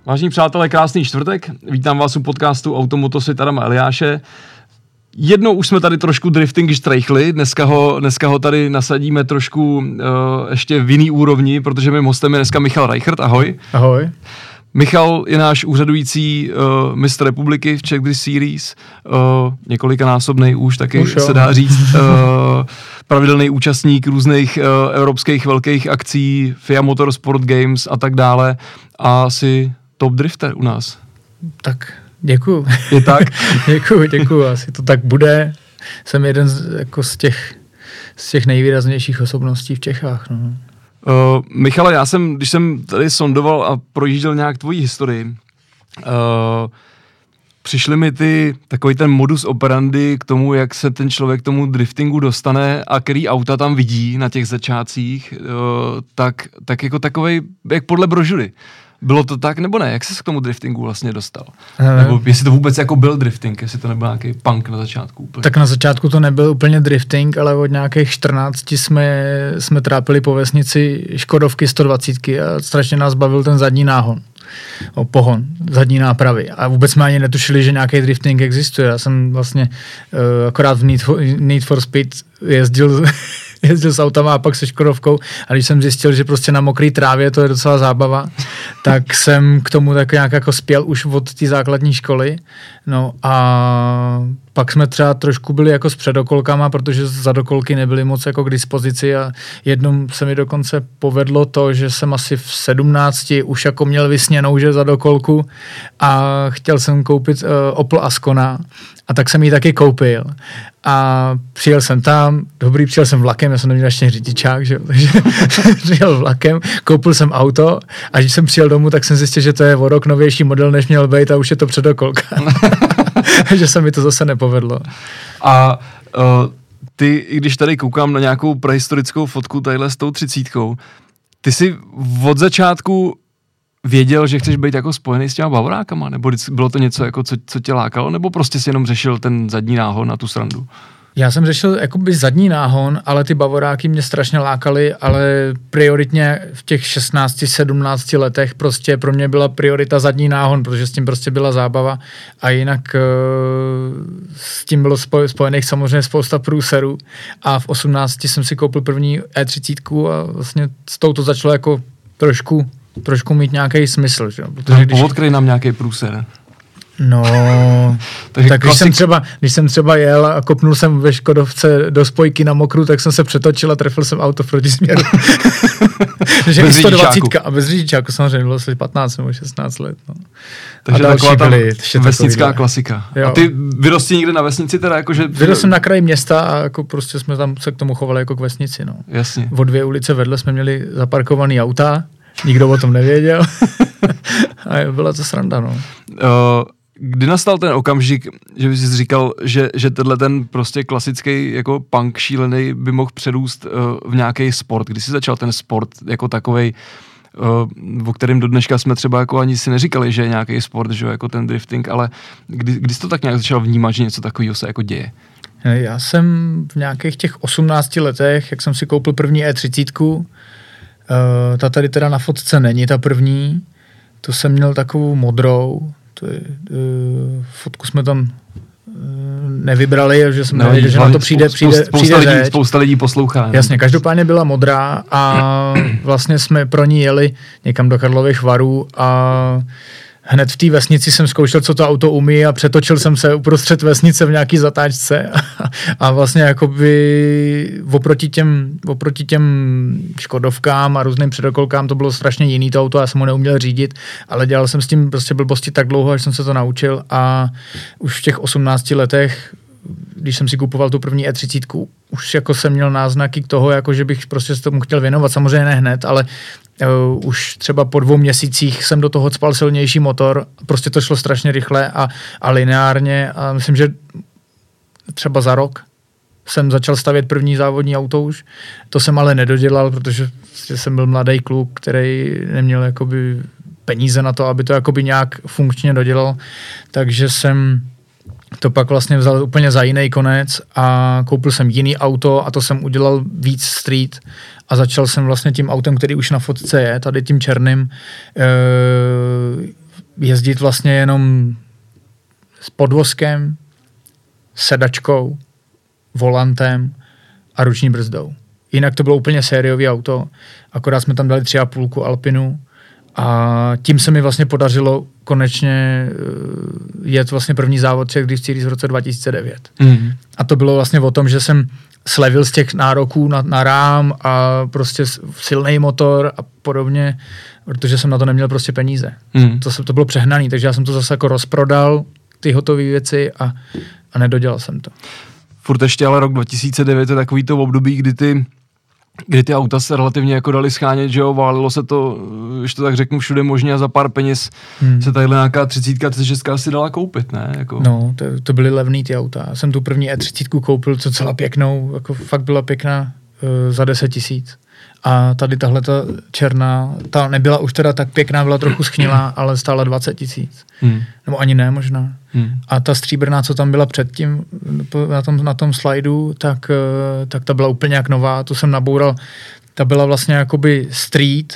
Vážení přátelé, krásný čtvrtek. Vítám vás u podcastu Automotosvět Adama Eliáše. Jednou už jsme tady trošku drifting štrejchli, dneska ho tady nasadíme trošku ještě v jiný úrovni, protože mým hostem je dneska Michal Reichert. Ahoj. Ahoj. Michal je náš úřadující mistr republiky v Czech Drift Series, několikanásobnej už taky se dá říct, pravidelný účastník různých evropských velkých akcí, FIA Motorsport Games a tak dále a asi top drifter u nás. Tak děkuju. Je tak? Děkuju, asi to tak bude. Jsem jeden z těch nejvýraznějších osobností v Čechách. No. Michale, když jsem tady sondoval a projížděl nějak tvoji historii, přišly mi takový ten modus operandi k tomu, jak se ten člověk k tomu driftingu dostane a který auta tam vidí na těch začátcích, tak jako takovej, jak podle brožury. Bylo to tak, nebo ne? Jak jsi se k tomu driftingu vlastně dostal? Nebo jestli to vůbec jako byl drifting, jestli to nebyl nějaký punk na začátku úplně? Tak na začátku to nebyl úplně drifting, ale od nějakých 14 jsme trápili po vesnici Škodovky 120 a strašně nás bavil ten zadní náhon. Pohon, zadní nápravy. A vůbec jsme ani netušili, že nějaký drifting existuje. Já jsem vlastně akorát v Need for Speed jezdil s autama a pak se Škodovkou a když jsem zjistil, že prostě na mokrý trávě to je docela zábava, tak jsem k tomu tak nějak jako spěl už od té základní školy. No a pak jsme třeba trošku byli jako s předokolkama, protože zadokolky nebyly moc jako k dispozici a jednou se mi dokonce povedlo to, že jsem asi v 17 už jako měl vysněnou, že zadokolku a chtěl jsem koupit Opel Ascona a tak jsem ji taky koupil. A přijel jsem tam, přijel jsem vlakem, já jsem neměl ještě řidičák, že jo, takže přijel vlakem, koupil jsem auto a když jsem přijel domů, tak jsem zjistil, že to je o rok novější model, než měl být a už je to předokolka. Takže se mi to zase nepovedlo. A ty, i když tady koukám na nějakou prehistorickou fotku tadyhle s tou 30, ty jsi od začátku věděl, že chceš být jako spojený s těma bavorákama? Nebo bylo to něco, jako, co tě lákalo? Nebo prostě si jenom řešil ten zadní náhon na tu srandu? Já jsem řešil jakoby zadní náhon, ale ty bavoráky mě strašně lákaly, ale prioritně v těch 16-17 letech prostě pro mě byla priorita zadní náhon, protože s tím prostě byla zábava a jinak s tím bylo spojených samozřejmě spousta průserů a v 18 jsem si koupil první E30 a vlastně s tou to začalo jako trošku mít nějaký smysl. Že? Odkryj nám nějaký průser. No, tak když jsem třeba jel a kopnul jsem ve Škodovce do spojky na mokru, tak jsem se přetočil a trefil jsem auto v protisměru. Bez 120 a bez řidičáku samozřejmě bylo asi 15 nebo 16 let. No. Takže taková ta vesnická klasika. Jo. A ty vyrostl někde na vesnici teda? Jakože... Vyrostl jsem na kraji města a jako prostě jsme tam se k tomu chovali jako k vesnici. No. Jasně. O 2 ulice vedle jsme měli zaparkovaný auta, nikdo o tom nevěděl a byla to sranda. No. Kdy nastal ten okamžik, že bys jsi říkal, že tenhle ten prostě klasický jako punk šílený by mohl přerůst v nějaký sport? Kdy jsi začal ten sport jako takovej, o kterém do dneška jsme třeba jako ani si neříkali, že je nějaký sport, že jako ten drifting, ale kdy jsi to tak nějak začal vnímat, že něco takového se jako děje? Já jsem v nějakých těch 18 letech, jak jsem si koupil první E30, ta tady teda na fotce není ta první, to jsem měl takovou modrou, fotku jsme tam nevybrali, že jsem nevěděl, že na to přijde spousta lidí poslouchá. Jasně, každopádně byla modrá a vlastně jsme pro ní jeli někam do Karlových Varů a hned v té vesnici jsem zkoušel, co to auto umí a přetočil jsem se uprostřed vesnice v nějaký zatáčce a vlastně jakoby oproti těm Škodovkám a různým předokolkám to bylo strašně jiný to auto, já jsem ho neuměl řídit, ale dělal jsem s tím prostě blbosti tak dlouho, až jsem se to naučil a už v těch 18 letech, když jsem si kupoval tu první E30, už jako jsem měl náznaky k toho, jako že bych prostě se tomu chtěl věnovat, samozřejmě ne hned, ale už třeba po 2 měsících jsem do toho cpal silnější motor, prostě to šlo strašně rychle a lineárně a myslím, že třeba za rok jsem začal stavět první závodní auto už. To jsem ale nedodělal, protože jsem byl mladý kluk, který neměl jakoby peníze na to, aby to jakoby nějak funkčně dodělal, takže jsem to pak vlastně vzal úplně za jiný konec a koupil jsem jiný auto a to jsem udělal víc street a začal jsem vlastně tím autem, který už na fotce je, tady tím černým, jezdit vlastně jenom s podvozkem, sedačkou, volantem a ruční brzdou. Jinak to bylo úplně sériový auto, akorát jsme tam dali 3,5 Alpinu a tím se mi vlastně podařilo konečně jet vlastně první závod Czech Drift Series v roce 2009. A to bylo vlastně o tom, že jsem slevil z těch nároků na rám a prostě silný motor a podobně, protože jsem na to neměl prostě peníze. To bylo přehnaný, takže já jsem to zase jako rozprodal, ty hotové věci a nedodělal jsem to. Furt ještě ale rok 2009 je takový to období, kdy ty auta se relativně jako dali schánět, že jo, válilo se to, když to tak řeknu, všude možně a za pár peněz se tadyhle nějaká 30, 36 si dala koupit, ne? Jako. No, to byly levný ty auta. Já jsem tu první E30 koupil, co celá pěknou, jako fakt byla pěkná za 10 000. A tady tahle ta černá, ta nebyla už teda tak pěkná, byla trochu schnilá, ale stála 20 000. Nebo ani ne možná. A ta stříbrná, co tam byla předtím na tom slajdu, tak ta byla úplně jak nová, tu jsem naboural, ta byla vlastně jakoby street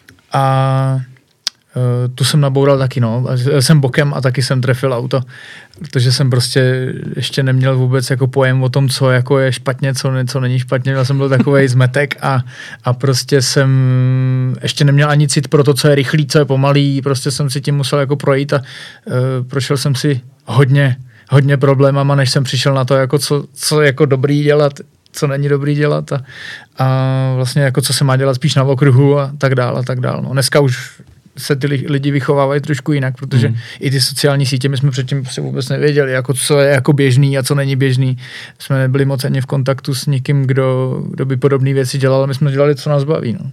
a tu jsem naboural taky, no. Jsem bokem a taky jsem trefil auto, protože jsem prostě ještě neměl vůbec jako pojem o tom, co jako je špatně, co není špatně. Já jsem byl takovej zmetek a prostě jsem ještě neměl ani cit pro to, co je rychlý, co je pomalý, prostě jsem si tím musel jako projít a prošel jsem si hodně problémama, než jsem přišel na to, jako co jako dobrý dělat, co není dobrý dělat a vlastně jako co se má dělat spíš na okruhu a tak dál. No. Dneska už se ty lidi vychovávají trošku jinak, protože i ty sociální sítě, my jsme předtím prostě vůbec nevěděli, jako co je jako běžný a co není běžný. Jsme nebyli moc ani v kontaktu s nikým, kdo by podobné věci dělal, my jsme dělali, co nás baví. No.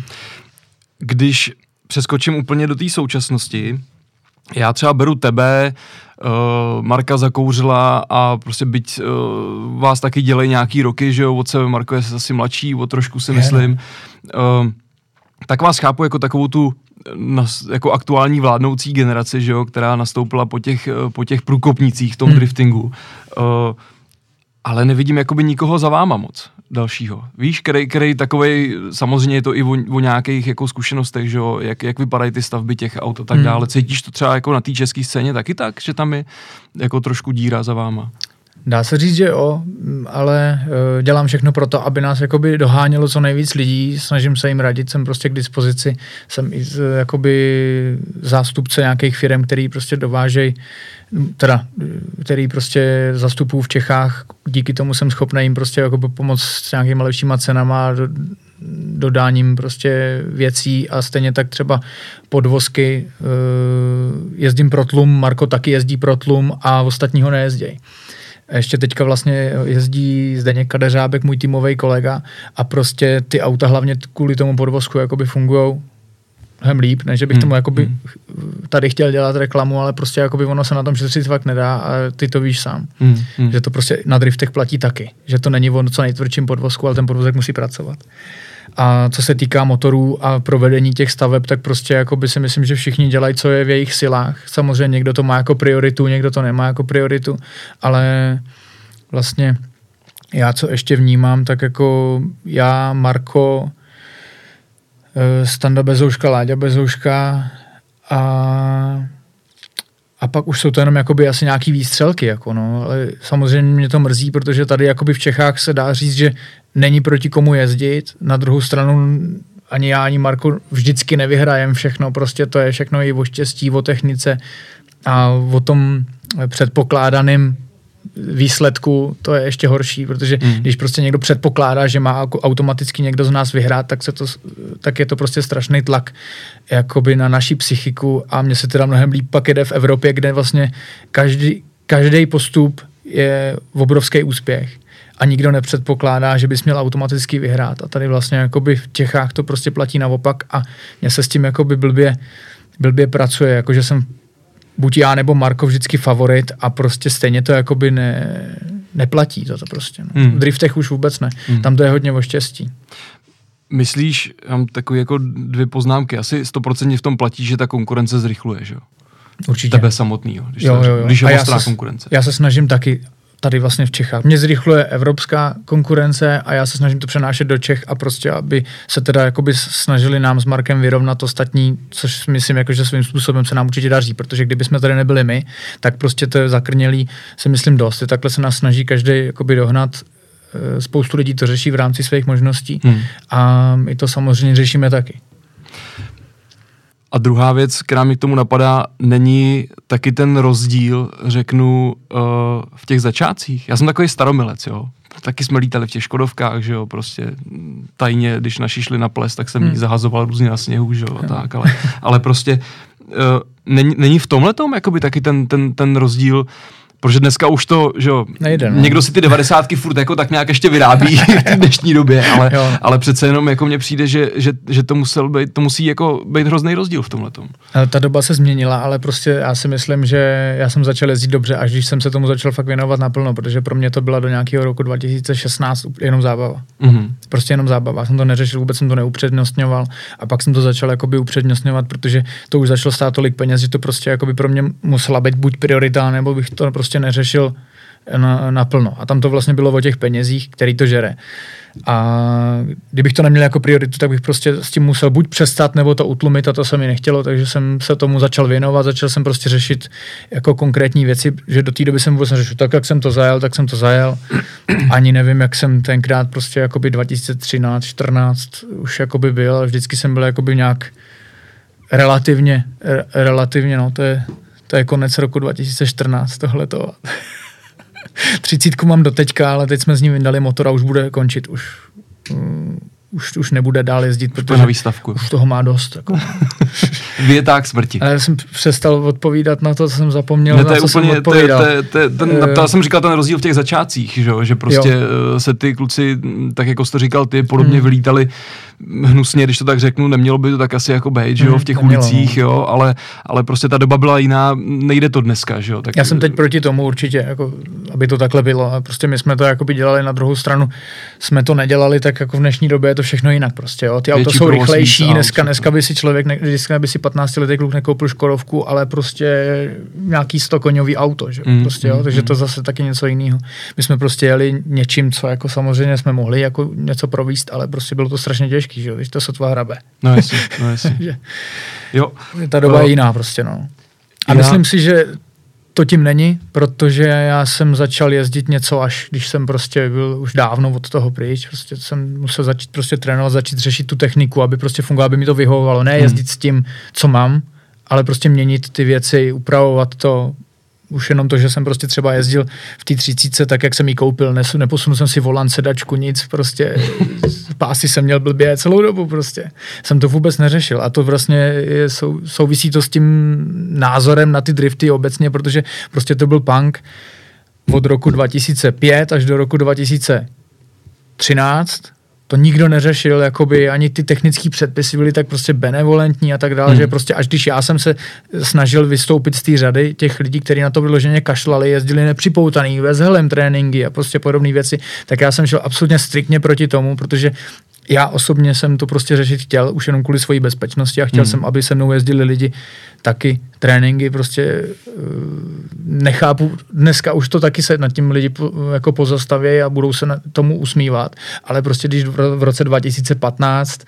Když přeskočím úplně do té současnosti, já třeba beru tebe, Marka Zakouřila a prostě byť vás taky dělají nějaký roky, že jo, od sebe Marko je asi mladší, o trošku si myslím, tak vás chápu jako takovou tu jako aktuální vládnoucí generaci, že jo, která nastoupila po těch průkopnicích v tom driftingu. Ale nevidím jakoby nikoho za váma moc dalšího. Víš, který takovej, samozřejmě je to i o nějakých jako zkušenostech, že jo, jak vypadají ty stavby těch aut a tak dále. Cítíš to třeba jako na té české scéně taky tak, že tam je jako trošku díra za váma? Dá se říct, že jo, ale dělám všechno pro to, aby nás jakoby dohánělo co nejvíc lidí, snažím se jim radit, jsem prostě k dispozici, jsem i jakoby zástupce nějakých firm, který prostě dovážejí, který prostě zastupují v Čechách, díky tomu jsem schopný jim prostě jakoby pomoct s nějakýma lepšíma cenama, dodáním prostě věcí a stejně tak třeba podvozky, jezdím pro tlum, Marko taky jezdí pro tlum a ostatního nejezdějí. Ještě teďka vlastně jezdí Zdeněk Kadeřábek, můj týmový kolega a prostě ty auta hlavně kvůli tomu podvozku jakoby fungujou mnohem líp, než že bych tomu jakoby tady chtěl dělat reklamu, ale prostě jakoby ono se na tom šetřit fakt nedá a ty to víš sám. Že to prostě na driftech platí taky, že to není o co nejtvrdším podvozku, ale ten podvozek musí pracovat. A co se týká motorů a provedení těch staveb, tak prostě jakoby si myslím, že všichni dělají, co je v jejich silách. Samozřejmě někdo to má jako prioritu, někdo to nemá jako prioritu, ale vlastně já, co ještě vnímám, tak jako já, Marko, Standa Bezouška, Láďa Bezouška a pak už jsou to jenom jakoby asi nějaký výstřelky, jako no, ale samozřejmě mě to mrzí, protože tady jakoby v Čechách se dá říct, že není proti komu jezdit, na druhou stranu ani já, ani Marko vždycky nevyhrajem všechno, prostě to je všechno i o štěstí, o technice a o tom předpokládaném výsledku, to je ještě horší, protože když prostě někdo předpokládá, že má automaticky někdo z nás vyhrát, tak je to prostě strašný tlak jakoby na naši psychiku a mně se teda mnohem líp pak jede v Evropě, kde vlastně každý postup je obrovský úspěch a nikdo nepředpokládá, že bys měl automaticky vyhrát a tady vlastně jakoby v Čechách to prostě platí naopak a mně se s tím jakoby blbě pracuje, jakože jsem buď já nebo Marko vždycky favorit a prostě stejně to jakoby neplatí to prostě. No. V driftech už vůbec ne. Tam to je hodně o štěstí. Myslíš, mám takové jako 2 poznámky, asi 100% v tom platí, že ta konkurence zrychluje, že jo? Určitě. Tebe samotnýho, když je ostrá konkurence. Já se snažím taky tady vlastně v Čechách. Mě zrychluje evropská konkurence a já se snažím to přenášet do Čech a prostě, aby se teda jakoby snažili nám s Markem vyrovnat ostatní, což myslím, jako, že svým způsobem se nám určitě daří, protože kdyby jsme tady nebyli my, tak prostě to je zakrnělý, si myslím dost. Takhle se nás snaží každý jakoby dohnat. Spoustu lidí to řeší v rámci svých možností a my to samozřejmě řešíme taky. A druhá věc, která mi k tomu napadá, není taky ten rozdíl, řeknu, v těch začátcích. Já jsem takový staromilec, jo. Taky jsme lítali v těch Škodovkách, že jo, prostě tajně, když naši šli na ples, tak jsem jí zahazoval různě na sněhu, že jo, tak, ale prostě není v tomhletom jakoby taky ten rozdíl. Protože dneska už to, že jo, nejde, no. Někdo si ty 90ky furt jako tak nějak ještě vyrábí v dnešní době, ale přece jenom jako mně přijde, že to musí jako být hrozný rozdíl v tomhletom. Ta doba se změnila, ale prostě já si myslím, že já jsem začal jezdit dobře, až když jsem se tomu začal fakt věnovat naplno, protože pro mě to byla do nějakého roku 2016 jenom zábava. Prostě jenom zábava. Já jsem to neřešil, vůbec jsem to neupřednostňoval a pak jsem to začal jakoby upřednostňovat, protože to už začalo stát tolik peněz, že to prostě jakoby pro mě musela být buď priorita, nebo bych to prostě neřešil naplno. A tam to vlastně bylo o těch penězích, který to žere. A kdybych to neměl jako prioritu, tak bych prostě s tím musel buď přestat, nebo to utlumit a to se mi nechtělo, takže jsem se tomu začal věnovat, začal jsem prostě řešit jako konkrétní věci, že do té doby jsem vůbec neřešil. Tak, jak jsem to zajel, tak jsem to zajel. Ani nevím, jak jsem tenkrát prostě jakoby 2013, 14 už jakoby byl, ale vždycky jsem byl jakoby nějak relativně, no to je konec roku 2014 tohleto. 30 mám doteďka, ale teď jsme s ním vydali motor a už bude končit. Už nebude dál jezdit, protože na výstavku. Už toho má dost. Jako. Věták smrti. Ale já jsem přestal odpovídat na to, co jsem zapomněl, na co jsem odpovídal. Já jsem říkal ten rozdíl v těch začátcích, že prostě se ty kluci, tak jako jsi to říkal ty, podobně vylítali hnusně, když to tak řeknu, nemělo by to tak asi jako být, že jo, v těch ulicích, jo, ale prostě ta doba byla jiná, nejde to dneska, že jo. Tak... Já jsem teď proti tomu určitě, jako, aby to takhle bylo. A prostě my jsme to jakoby dělali na druhou stranu, jsme to nedělali, tak jako v dnešní době je to všechno jinak prostě, jo. Ty auta jsou rychlejší, dneska by si člověk, dneska by si 15letý kluk nekoupil Škodovku, ale prostě nějaký 100koňový auto, že prostě, jo, takže to zase taky něco jiného. My jsme prostě jeli něčím, co jako samozřejmě jsme mohli jako něco províst, ale prostě bylo to strašně těžký, že jo, když to sotva hrabe. No jasně. Jo. Ta doba je jiná prostě, no. A myslím si, že to tím není, protože já jsem začal jezdit něco až, když jsem prostě byl už dávno od toho pryč, prostě jsem musel začít prostě trénovat, začít řešit tu techniku, aby prostě fungovalo, aby mi to vyhovovalo, ne jezdit s tím, co mám, ale prostě měnit ty věci, upravovat to. Už jenom to, že jsem prostě třeba jezdil v té 30, tak jak jsem ji koupil, neposunul jsem si volant, sedačku, nic, prostě pásy jsem měl blbě celou dobu prostě. Jsem to vůbec neřešil a to vlastně souvisí to s tím názorem na ty drifty obecně, protože prostě to byl punk od roku 2005 až do roku 2013. To nikdo neřešil, jakoby ani ty technické předpisy byly tak prostě benevolentní a tak dále, že prostě až když já jsem se snažil vystoupit z té řady těch lidí, kteří na to vyloženě kašlali, jezdili nepřipoutaný, bez helem tréninky a prostě podobné věci, tak já jsem šel absolutně striktně proti tomu, protože já osobně jsem to prostě řešit chtěl, už jenom kvůli svojí bezpečnosti a chtěl jsem, aby se mnou jezdili lidi taky tréninky, prostě nechápu, dneska už to taky se nad tím lidi jako pozastavějí a budou se tomu usmívat, ale prostě když v roce 2015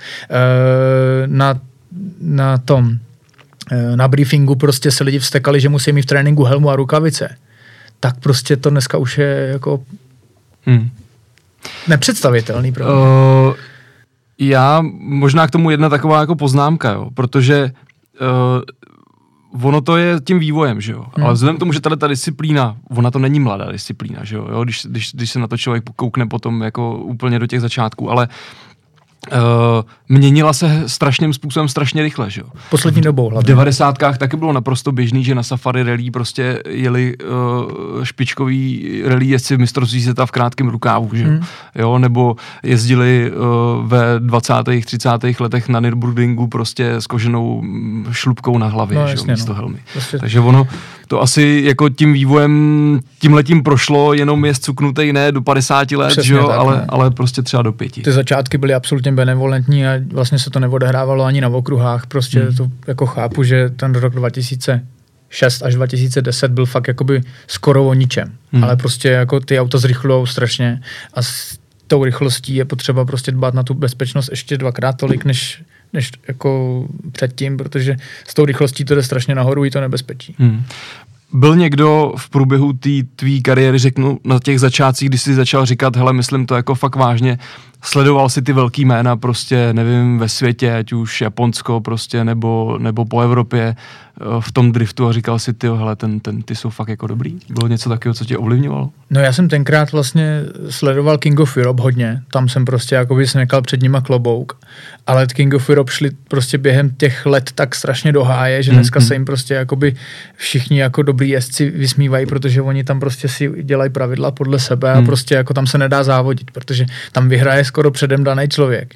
na briefingu prostě se lidi vztekali, že musí mít v tréninku helmu a rukavice, tak prostě to dneska už je jako nepředstavitelný pro mě. Já možná k tomu jedna taková jako poznámka, jo, protože ono to je tím vývojem, že jo, ale vzhledem k tomu, že ta disciplína, ona to není mladá disciplína, že jo, když se na to člověk koukne potom jako úplně do těch začátků, ale měnila se strašným způsobem strašně rychle, že jo. Poslední dobou hlavně. V 90kách taky bylo naprosto běžný, že na safari rally prostě jeli špičkový rally jezdci v mistrovství světa v krátkém rukávu, že jo, nebo jezdili ve 20. 30. letech na Nürburgringu prostě s koženou šlupkou na hlavě, že jo, místo helmy. Prostě. Takže ono to asi jako tím vývojem tímhletím prošlo, jenom je zcuknutej ne do 50 let, přesně, že jo, tak, ale prostě třeba do 5. Ty začátky byly absolutně benevolentní a vlastně se to neodehrávalo ani na okruhách, prostě to jako chápu, že ten rok 2000 2006 až 2010 byl fakt jakoby skoro o ničem. Ale prostě jako ty auta zrychlujou strašně a s tou rychlostí je potřeba prostě dbát na tu bezpečnost ještě 2x tolik, než jako předtím, protože s tou rychlostí to jde strašně nahoru i to nebezpečí. Byl někdo v průběhu té tvý kariéry, řeknu, na těch začátcích, když jsi začal říkat, hele, myslím to jako fakt vážně, sledoval si ty velký jména prostě, nevím, ve světě, ať už Japonsko prostě, nebo po Evropě v tom driftu a říkal si, tyjo, hele, ty jsou fakt jako dobrý? Bylo něco takového, co tě ovlivňovalo? No já jsem tenkrát vlastně sledoval King of Europe hodně, tam jsem prostě jakoby smekal před nima klobouk, ale King of Europe šli prostě během těch let tak strašně do háje, že dneska se jim prostě jakoby všichni jako dobrý jezdci vysmívají, protože oni tam prostě si dělají pravidla podle sebe a prostě jako tam se nedá závodit, protože tam vyhraje skoro předem daný člověk.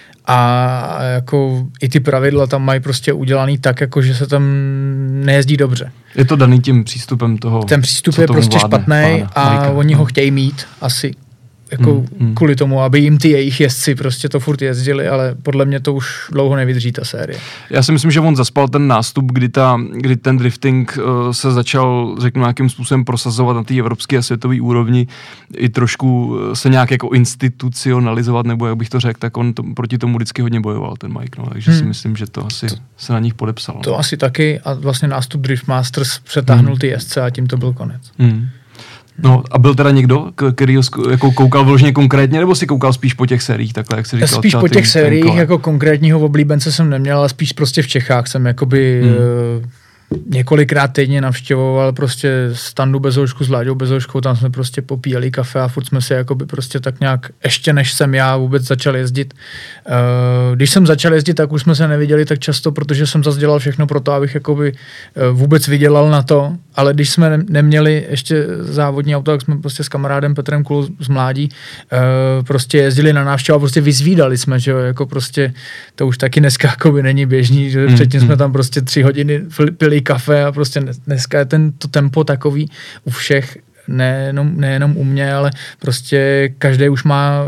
A jako i ty pravidla tam mají prostě udělaný tak, jako že se tam nejezdí dobře. Je to daný tím přístupem toho, ten přístup je prostě špatný a oni ho chtějí mít asi jako kvůli tomu, aby jim ty jejich jezdci prostě to furt jezdili, ale podle mě to už dlouho nevydrží ta série. Já si myslím, že on zaspal ten nástup, kdy ten drifting se začal, řeknu, nějakým způsobem prosazovat na té evropské a světové úrovni, i trošku se nějak jako institucionalizovat, nebo jak bych to řekl, tak on proti tomu vždycky hodně bojoval, ten Mike, no, takže si myslím, že to asi se na nich podepsalo. To asi taky a vlastně nástup Drift Masters přetáhnul ty jezdce a tím to byl konec. No a byl teda někdo, který jako koukal vložně konkrétně, nebo si koukal spíš po těch sériích, takhle, jak jsi říkal? Spíš po těch sériích, jako konkrétního oblíbence jsem neměl, ale spíš prostě v Čechách jsem jakoby několikrát týdně navštěvoval prostě Standu Bezoušku s Láďou Bezouškou, tam jsme prostě popíjeli kafe a furt jsme si jakoby prostě tak nějak, ještě než jsem já vůbec začal jezdit. Když jsem začal jezdit, tak už jsme se neviděli tak často, protože jsem zase dělal všechno pro to, abych jakoby vůbec vydělal na to, ale když jsme neměli ještě závodní auto, tak jsme prostě s kamarádem Petrem Kulou z mládí prostě jezdili na návštěvu a prostě vyzvídali jsme, že jo, jako prostě to už taky dneska jakoby není běžný, že předtím jsme tam prostě 3 hodiny pili kafe a prostě dneska je to tempo takový u všech, nejenom u mě, ale prostě každý už má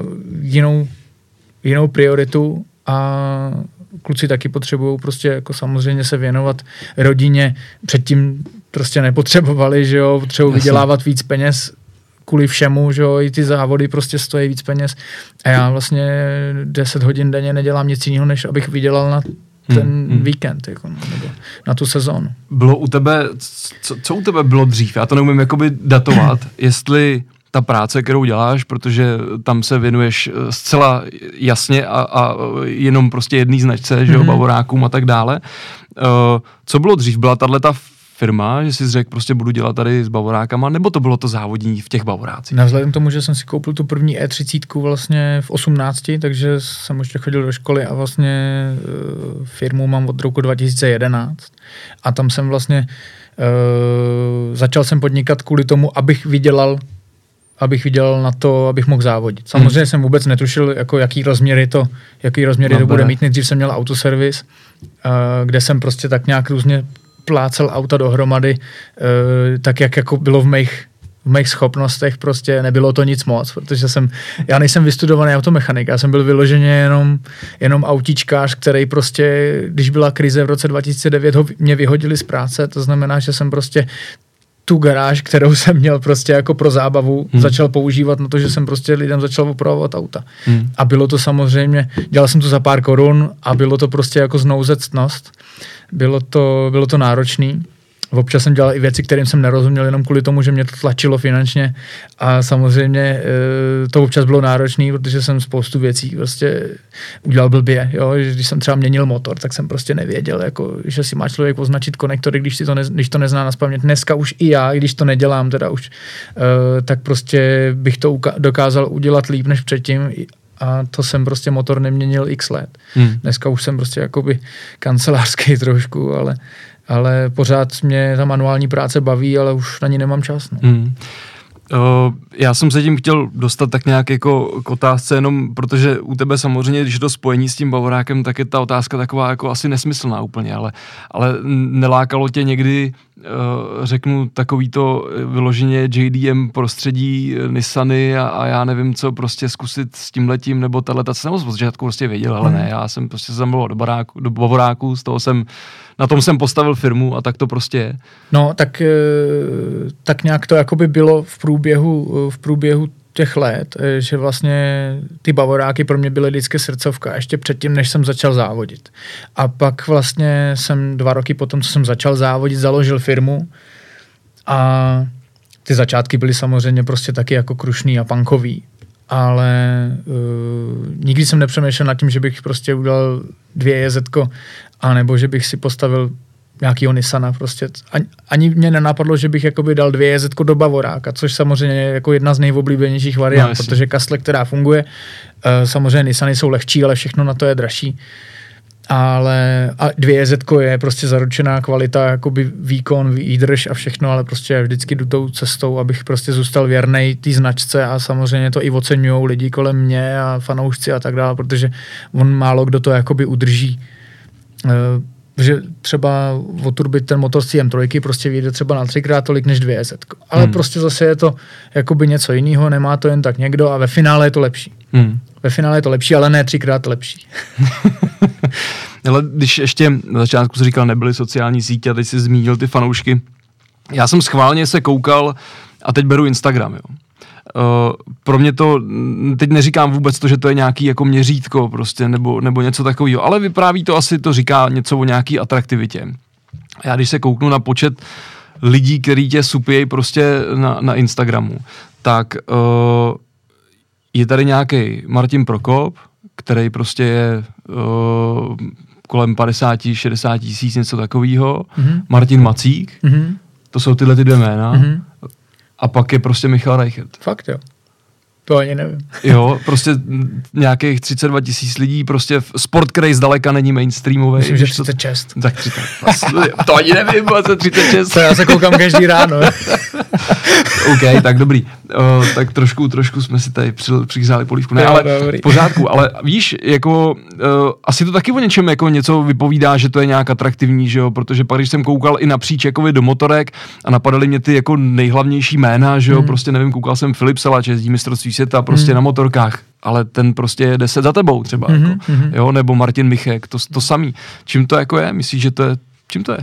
jinou prioritu a kluci taky potřebují prostě jako samozřejmě se věnovat rodině, předtím prostě nepotřebovali, že jo, potřebují vydělávat víc peněz kvůli všemu, že jo, i ty závody prostě stojí víc peněz a já vlastně 10 hodin denně nedělám nic jiného, než abych vydělal na ten víkend, jako, nebo na tu sezónu. Bylo u tebe, co u tebe bylo dřív? Já to neumím jakoby datovat, jestli ta práce, kterou děláš, protože tam se věnuješ zcela jasně a jenom prostě jedný značce, že jo, bavorákům a tak dále. Co bylo dřív? Byla tato firma, že jsi řekl, prostě budu dělat tady s bavorákama, nebo to bylo to závodění v těch bavorácích? Vzhledem k tomu, že jsem si koupil tu první E30 vlastně v 18, takže jsem ještě chodil do školy a vlastně firmu mám od roku 2011 a tam jsem vlastně začal jsem podnikat kvůli tomu, abych vydělal na to, abych mohl závodit. Samozřejmě jsem vůbec netušil, jako jaký rozměry to bude mít. Nejdřív jsem měl autoservis, kde jsem prostě tak nějak různě plácel auta dohromady, tak jak jako bylo v mých schopnostech, prostě nebylo to nic moc, protože já nejsem vystudovaný automechanik, já jsem byl vyloženě jenom autíčkář, který prostě, když byla krize v roce 2009, mě vyhodili z práce, to znamená, že jsem prostě tu garáž, kterou jsem měl prostě jako pro zábavu, začal používat na to, že jsem prostě lidem začal opravovat auta. A bylo to samozřejmě, dělal jsem to za pár korun a bylo to prostě jako znouzectnost. Bylo to náročný. Občas jsem dělal i věci, kterým jsem nerozuměl, jenom kvůli tomu, že mě to tlačilo finančně a samozřejmě to občas bylo náročný, protože jsem spoustu věcí prostě udělal blbě, jo? Když jsem třeba měnil motor, tak jsem prostě nevěděl, jako, že si má člověk označit konektory, když to nezná nazpaměť. Dneska už i já, když to nedělám teda už, tak prostě bych to dokázal udělat líp než předtím a to jsem prostě motor neměnil x let. Dneska už jsem prostě jakoby kancelářský trošku, ale pořád mě ta manuální práce baví, ale už na ní nemám čas. No. Já jsem se tím chtěl dostat tak nějak jako k otázce, jenom protože u tebe samozřejmě, když je to spojení s tím bavorákem, tak je ta otázka taková jako asi nesmyslná úplně, ale nelákalo tě někdy řeknu takový to vyloženě JDM prostředí, Nissany a já nevím co, prostě zkusit s tímhletím, nebo tato jsem od začátku prostě věděl, ale ne, já jsem prostě zamluvil do Bavoráku, na tom jsem postavil firmu a tak to prostě je. No, tak nějak to jakoby bylo v průběhu těch let, že vlastně ty Bavoráky pro mě byly vždycky srdcovka, ještě předtím, než jsem začal závodit. A pak vlastně jsem 2 roky potom, co jsem začal závodit, založil firmu a ty začátky byly samozřejmě prostě taky jako krušný a punkový, ale nikdy jsem nepřemýšlel nad tím, že bych prostě udělal 2 jezetko, anebo že bych si postavil nějakýho Nissana prostě. Ani mě nenapadlo, že bych jakoby dal 2 jezetko do Bavoráka, což samozřejmě je jako jedna z nejoblíbenějších variant, protože kastle, která funguje, samozřejmě Nissany jsou lehčí, ale všechno na to je dražší. Ale 2 jezetko je prostě zaručená kvalita, jakoby výkon, výdrž a všechno, ale prostě vždycky jdu tou cestou, abych prostě zůstal věrnej té značce a samozřejmě to i oceňujou lidi kolem mě a fanoušci a tak dále, protože on málo kdo to jakoby udrží. Že třeba oturbit ten motor z M3 prostě vyjde třeba na 3x tolik než 2 jezetko. Ale prostě zase je to jakoby něco jiného, nemá to jen tak někdo a ve finále je to lepší. Ve finále je to lepší, ale ne 3x lepší. Ale když ještě na začátku jsi říkal, nebyly sociální sítě a teď jsi zmínil ty fanoušky. Já jsem schválně se koukal a teď beru Instagram, jo. Pro mě to, teď neříkám vůbec to, že to je nějaký jako měřítko prostě, nebo něco takového, ale vypráví to asi, to říká něco o nějaký atraktivitě. Já když se kouknu na počet lidí, který tě supějí prostě na Instagramu, tak je tady nějaký Martin Prokop, který prostě je kolem 50-60 tisíc, něco takového. Martin Macík, to jsou tyhle ty 2 jména. A pak je prostě Michal Reichert. Fakt jo. To ani nevím. Jo, prostě nějakých 32 tisíc lidí, prostě sport, který zdaleka není mainstreamový. Myslím, že 36. Tak 30. To ani nevím, ale 36. To já se koukám každý ráno. OK, tak dobrý. Tak trošku jsme si tady přihřáli polívku. Ne, ale v pořádku, ale víš, jako asi to taky o něčem jako něco vypovídá, že to je nějak atraktivní, že jo, protože pak, když jsem koukal i napříč jakoby do motorek a napadaly mě ty jako nejhlavnější jména, že jo, prostě nevím, koukal jsem Filip Salač, jezdí mistrovství světa prostě na motorkách, ale ten prostě je 10 za tebou třeba, jako, jo, nebo Martin Michek, to samý. Čím to jako je? Myslíš, že to je, čím to je?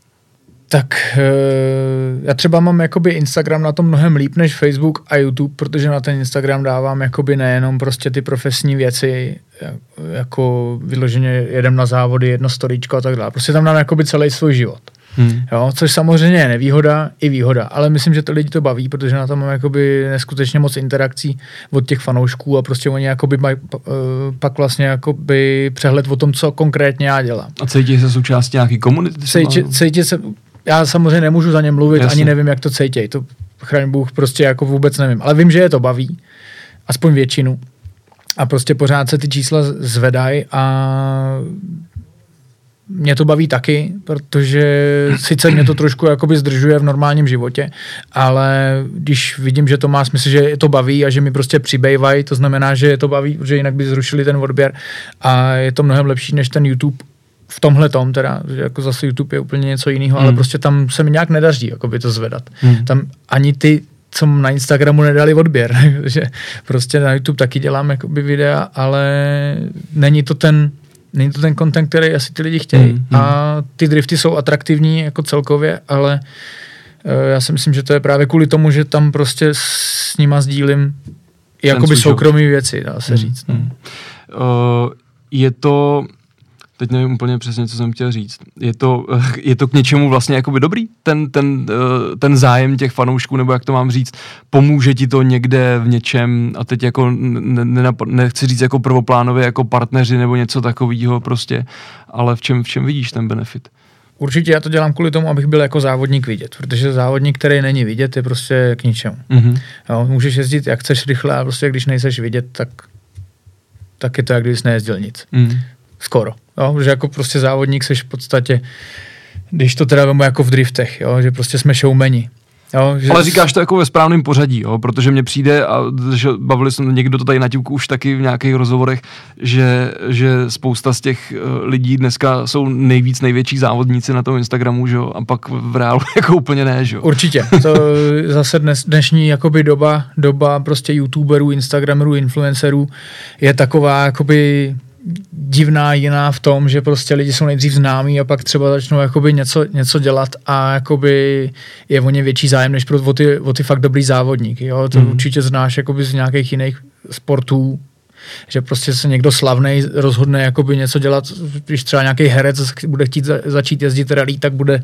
Tak já třeba mám jakoby Instagram na tom mnohem líp než Facebook a YouTube, protože na ten Instagram dávám jakoby nejenom prostě ty profesní věci, jako vyloženě jedem na závody, jedno storíčko a tak dále. Prostě tam dám jakoby celý svůj život. Jo, což samozřejmě je nevýhoda i výhoda, ale myslím, že to lidi to baví, protože na tom mám jakoby neskutečně moc interakcí od těch fanoušků a prostě oni jakoby mají pak vlastně jakoby přehled o tom, co konkrétně já dělám. A cítí se součástí nějaký komunity? Cítí se, já samozřejmě nemůžu za ně mluvit, ani nevím, jak to cítějí, to chraň Bůh prostě jako vůbec nevím, ale vím, že je to baví, aspoň většinu a prostě pořád se ty čísla zvedají a mě to baví taky, protože sice mě to trošku jakoby zdržuje v normálním životě, ale když vidím, že to má smysl, že je to baví a že mi prostě přibývají, to znamená, že je to baví, protože jinak by zrušili ten odběr a je to mnohem lepší než ten YouTube v tomhletom, teda, že jako zase YouTube je úplně něco jiného, ale prostě tam se mi nějak nedaří jakoby to zvedat. Tam ani ty, co na Instagramu nedali odběr, že prostě na YouTube taky dělám jakoby videa, ale není to ten content, který asi ty lidi chtějí. A ty drifty jsou atraktivní jako celkově, ale já si myslím, že to je právě kvůli tomu, že tam prostě s nima sdílím jakoby soukromý věci, dá se říct. Je to, teď nevím úplně přesně, co jsem chtěl říct, je to k něčemu vlastně jakoby dobrý, ten zájem těch fanoušků, nebo jak to mám říct, pomůže ti to někde v něčem a teď jako nechci říct jako prvoplánově jako partneři nebo něco takového prostě, ale v čem vidíš ten benefit? Určitě já to dělám kvůli tomu, abych byl jako závodník vidět, protože závodník, který není vidět, je prostě k ničemu. Jo, můžeš jezdit jak chceš rychle a prostě když nejseš vidět, tak je to, jak kdybys nejezdil nic. Skoro. Jo, že jako prostě závodník seš v podstatě, když to teda vemu jako v driftech, jo, že prostě jsme showmeni. Jo, ale říkáš to jako ve správném pořadí, jo? Protože mně přijde, a že bavili jsme, někdo to tady naťuk už taky v nějakých rozhovorech, že spousta z těch lidí dneska jsou největší závodníci na tom Instagramu, že jo? A pak v reálu jako úplně ne, že jo? Určitě. To zase dnešní jakoby doba prostě youtuberů, instagramerů, influencerů je taková jakoby divná, jiná v tom, že prostě lidi jsou nejdřív známí a pak třeba začnou jakoby něco dělat a jakoby je o ně větší zájem, než o ty fakt dobrý závodníky. Jo? To určitě znáš jakoby z nějakých jiných sportů, že prostě se někdo slavnej rozhodne jakoby něco dělat, když třeba nějaký herec bude chtít začít jezdit rally, tak bude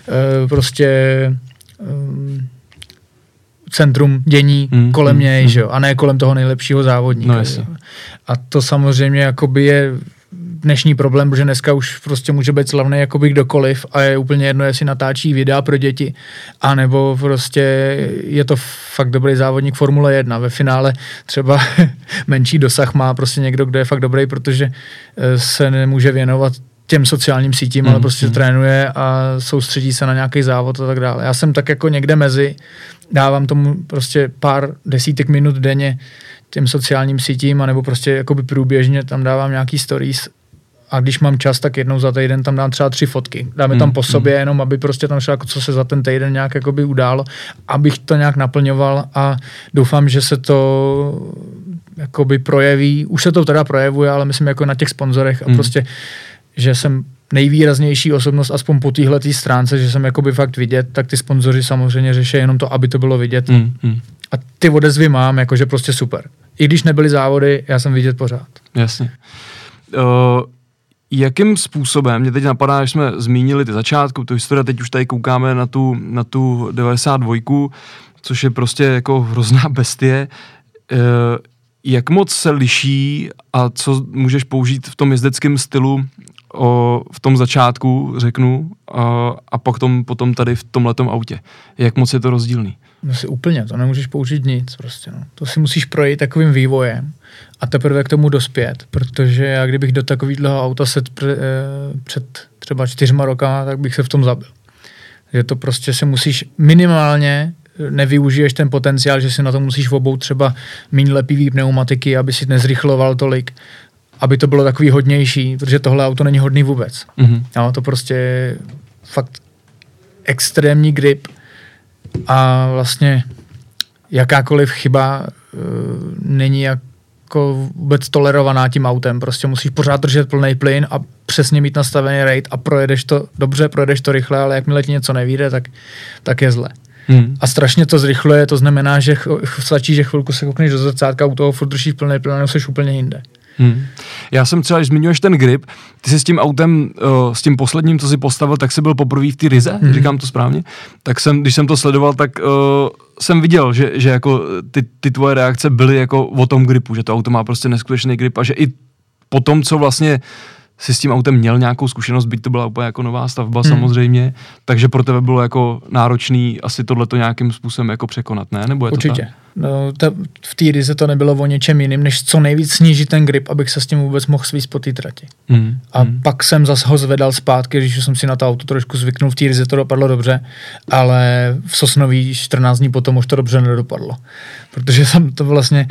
centrum dění kolem něj, že jo? A ne kolem toho nejlepšího závodníka. No, a to samozřejmě jakoby je dnešní problém, protože dneska už prostě může být slavný jakoby kdokoliv a je úplně jedno, jestli natáčí videa pro děti, anebo prostě je to fakt dobrý závodník Formule 1. Ve finále třeba menší dosah má prostě někdo, kdo je fakt dobrý, protože se nemůže věnovat těm sociálním sítím, ale prostě trénuje a soustředí se na nějaký závod a tak dále. Já jsem tak jako někde mezi, dávám tomu prostě pár desítek minut denně těm sociálním sítím, anebo prostě jakoby průběžně tam dávám nějaký stories a když mám čas, tak jednou za týden tam dám třeba 3 fotky. Dáme tam po sobě, jenom aby prostě tam šlo, jako co se za ten týden nějak jakoby událo, abych to nějak naplňoval a doufám, že se to jakoby projeví. Už se to teda projevuje, ale myslím jako na těch sponzorech a prostě že jsem nejvýraznější osobnost, aspoň po téhletý stránce, že jsem jakoby fakt vidět, tak ty sponzoři samozřejmě řeší jenom to, aby to bylo vidět. A ty odezvy mám, jakože prostě super. I když nebyly závody, já jsem vidět pořád. Jasně. Jakým způsobem, mě teď napadá, že jsme zmínili ty začátku, tu historii, teď už tady koukáme na tu 92, což je prostě jako hrozná bestie. Jak moc se liší a co můžeš použít v tom jezdeckém stylu v tom začátku, řeknu, a potom tady v tomhletom autě? Jak moc je to rozdílný? No si úplně, to nemůžeš použít nic prostě, no. To si musíš projít takovým vývojem a teprve k tomu dospět, protože já kdybych do takového auta před třeba 4 rokama, tak bych se v tom zabil. Že to prostě se musíš minimálně, nevyužiješ ten potenciál, že si na to musíš obout třeba méně lepivý pneumatiky, aby si nezrychloval tolik, aby to bylo takový hodnější, protože tohle auto není hodný vůbec. No, to prostě je fakt extrémní grip a vlastně jakákoliv chyba není jako vůbec tolerovaná tím autem. Prostě musíš pořád držet plný plyn a přesně mít nastavený rate a projedeš to dobře, projedeš to rychle, ale jakmile ti něco nevyjde, tak je zle. A strašně to zrychluje, to znamená, že stačí, že chvilku se koukneš do zrcátka, u toho furt držíš plný plyn a jsi úplně jinde. Já jsem třeba, když zmiňuješ ten grip, ty jsi s tím autem, s tím posledním, co jsi postavil, tak jsi byl poprvé v té Rize, říkám to správně, tak když jsem to sledoval, tak jsem viděl, že jako ty tvoje reakce byly jako o tom gripu, že to auto má prostě neskutečný grip a že i po tom, co vlastně si s tím autem měl nějakou zkušenost, byť to byla úplně jako nová stavba samozřejmě, takže pro tebe bylo jako náročný asi tohleto nějakým způsobem jako překonat, ne? Nebo je to určitě. Tak? No, v té Rize to nebylo o něčem jiným, než co nejvíc snížit ten grip, abych se s tím vůbec mohl svízt po té trati. Pak jsem zase ho zvedal zpátky, když jsem si na to auto trošku zvyknul, v té Rize to dopadlo dobře, ale v Sosnoví 14 dní potom už to dobře nedopadlo. Protože jsem to vlastně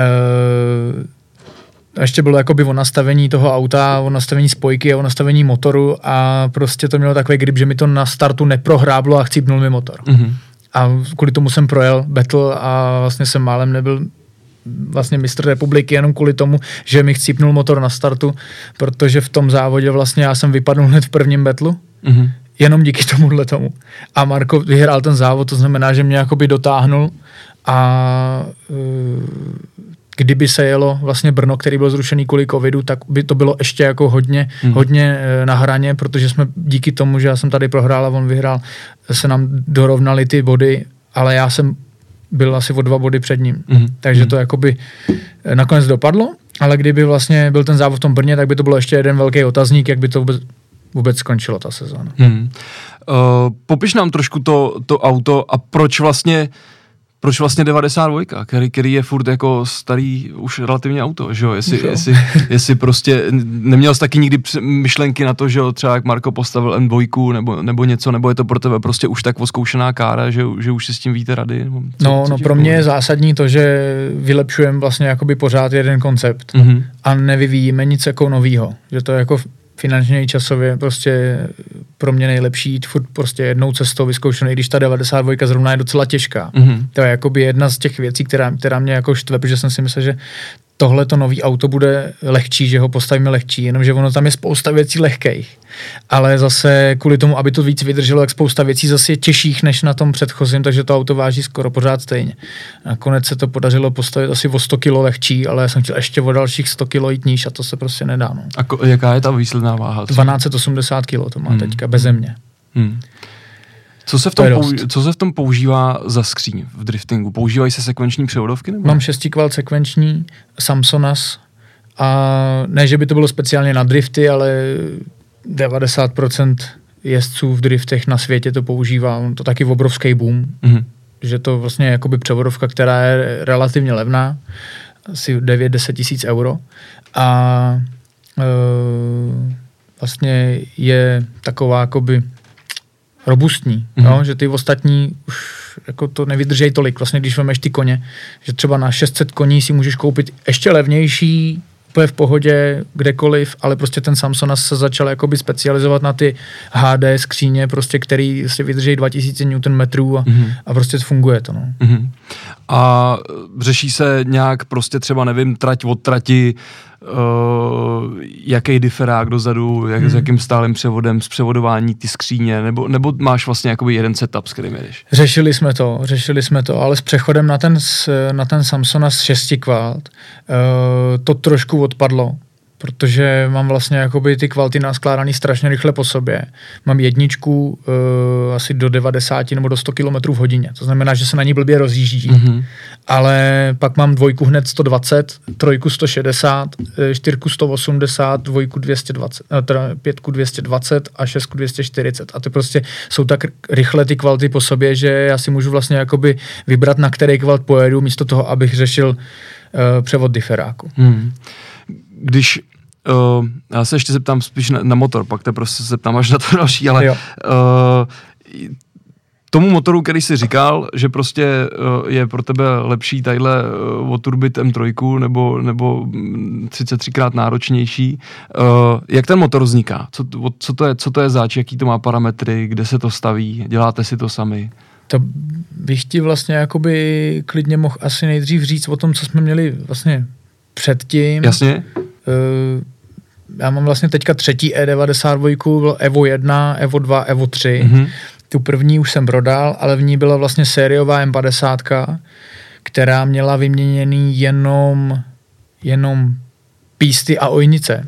ještě bylo jakoby o nastavení toho auta, o nastavení spojky a o nastavení motoru a prostě to mělo takový grip, že mi to na startu neprohráblo a chcípnul mi motor. A kvůli tomu jsem projel battle a vlastně jsem málem nebyl vlastně mistr republiky jenom kvůli tomu, že mi chcípnul motor na startu, protože v tom závodě vlastně já jsem vypadnul hned v prvním battlu, jenom díky tomuhle tomu. A Marko vyhrál ten závod, to znamená, že mě jakoby dotáhnul a kdyby se jelo vlastně Brno, který byl zrušený kvůli covidu, tak by to bylo ještě jako hodně na hraně, protože jsme díky tomu, že já jsem tady prohrál a on vyhrál, se nám dorovnaly ty body, ale já jsem byl asi o 2 body před ním. Takže to jakoby nakonec dopadlo, ale kdyby vlastně byl ten závod v tom Brně, tak by to bylo ještě jeden velký otazník, jak by to vůbec skončilo ta sezóna. Popiš nám trošku to auto a proč proč vlastně 92, který je furt jako starý už relativně auto, že jo? Jestli prostě neměl jsi taky nikdy myšlenky na to, že jo, třeba jak Marko postavil M2 nebo něco, nebo je to pro tebe prostě už tak oskoušená kára, že už si s tím víte rady? No pro mě je zásadní to, že vylepšujeme vlastně jakoby pořád jeden koncept a nevyvíjíme nic jako novýho, že to je jako finančně i časově prostě pro mě nejlepší jít furt prostě jednou cestou vyzkoušenou, i když ta 92 zrovna je docela těžká. To je jakoby jedna z těch věcí, která mě jako štve, protože jsem si myslel, že tohle to nový auto bude lehčí, že ho postavíme lehčí, jenomže ono tam je spousta věcí lehkých. Ale zase kvůli tomu, aby to víc vydrželo, jak spousta věcí zase je těžších než na tom předchozím, takže to auto váží skoro pořád stejně. Nakonec se to podařilo postavit asi o 100 kg lehčí, ale já jsem chtěl ještě o dalších 100 kg jít níž a to se prostě nedá. No. A jaká je ta výsledná váha? 1280 kg to má teďka, beze mě. Co se v tom používá za skříň v driftingu? Používají se sekvenční převodovky? Nebo? Mám 6x sekvenční, Samsonas a ne, že by to bylo speciálně na drifty, ale 90% jezdců v driftech na světě to používá. To taky obrovský boom, že to vlastně je jakoby převodovka, která je relativně levná, asi 9-10 tisíc euro a vlastně je taková jakoby robustní, jo? Že ty ostatní už jako to nevydržejí tolik, vlastně když vemeš ty koně, že třeba na 600 koní si můžeš koupit ještě levnější, úplně v pohodě, kdekoliv, ale prostě ten Samsonas se začal jakoby specializovat na ty HD skříně, prostě, který si vydržejí 2000 Nm a prostě funguje to, no. A řeší se nějak prostě třeba, nevím, trať od trati, jaký diferák dozadu, s jakým stálým převodem, zpřevodování ty skříně, nebo máš vlastně jakoby jeden setup, s kterým jedeš? Řešili jsme to, ale s přechodem na ten Samsonas 6 kvalt to trošku odpadlo, protože mám vlastně jakoby ty kvalty naskládaný strašně rychle po sobě. Mám jedničku asi do 90 nebo do 100 km v hodině. To znamená, že se na ní blbě rozjíždí. Ale pak mám dvojku hned 120, trojku 160, čtyřku 180, dvojku 220, pětku 220 a šestku 240. A to prostě jsou tak rychle ty kvalty po sobě, že já si můžu vlastně jakoby vybrat, na který kvalt pojedu, místo toho, abych řešil převod diferáku. Když já se ještě zeptám spíš na motor, pak te prostě se zeptám až na to další, ale tomu motoru, který jsi říkal, že prostě je pro tebe lepší tadyhle oturbit M3 nebo 33krát náročnější. Jak ten motor vzniká? Co to je zač, jaký to má parametry, kde se to staví? Děláte si to sami? To bych ti vlastně jakoby klidně mohl asi nejdřív říct o tom, co jsme měli vlastně předtím. Jasně. Já mám vlastně teďka třetí E92, byl Evo 1, Evo 2, Evo 3. Tu první už jsem prodal, ale v ní byla vlastně sériová M50, která měla vyměněný jenom písty a ojnice.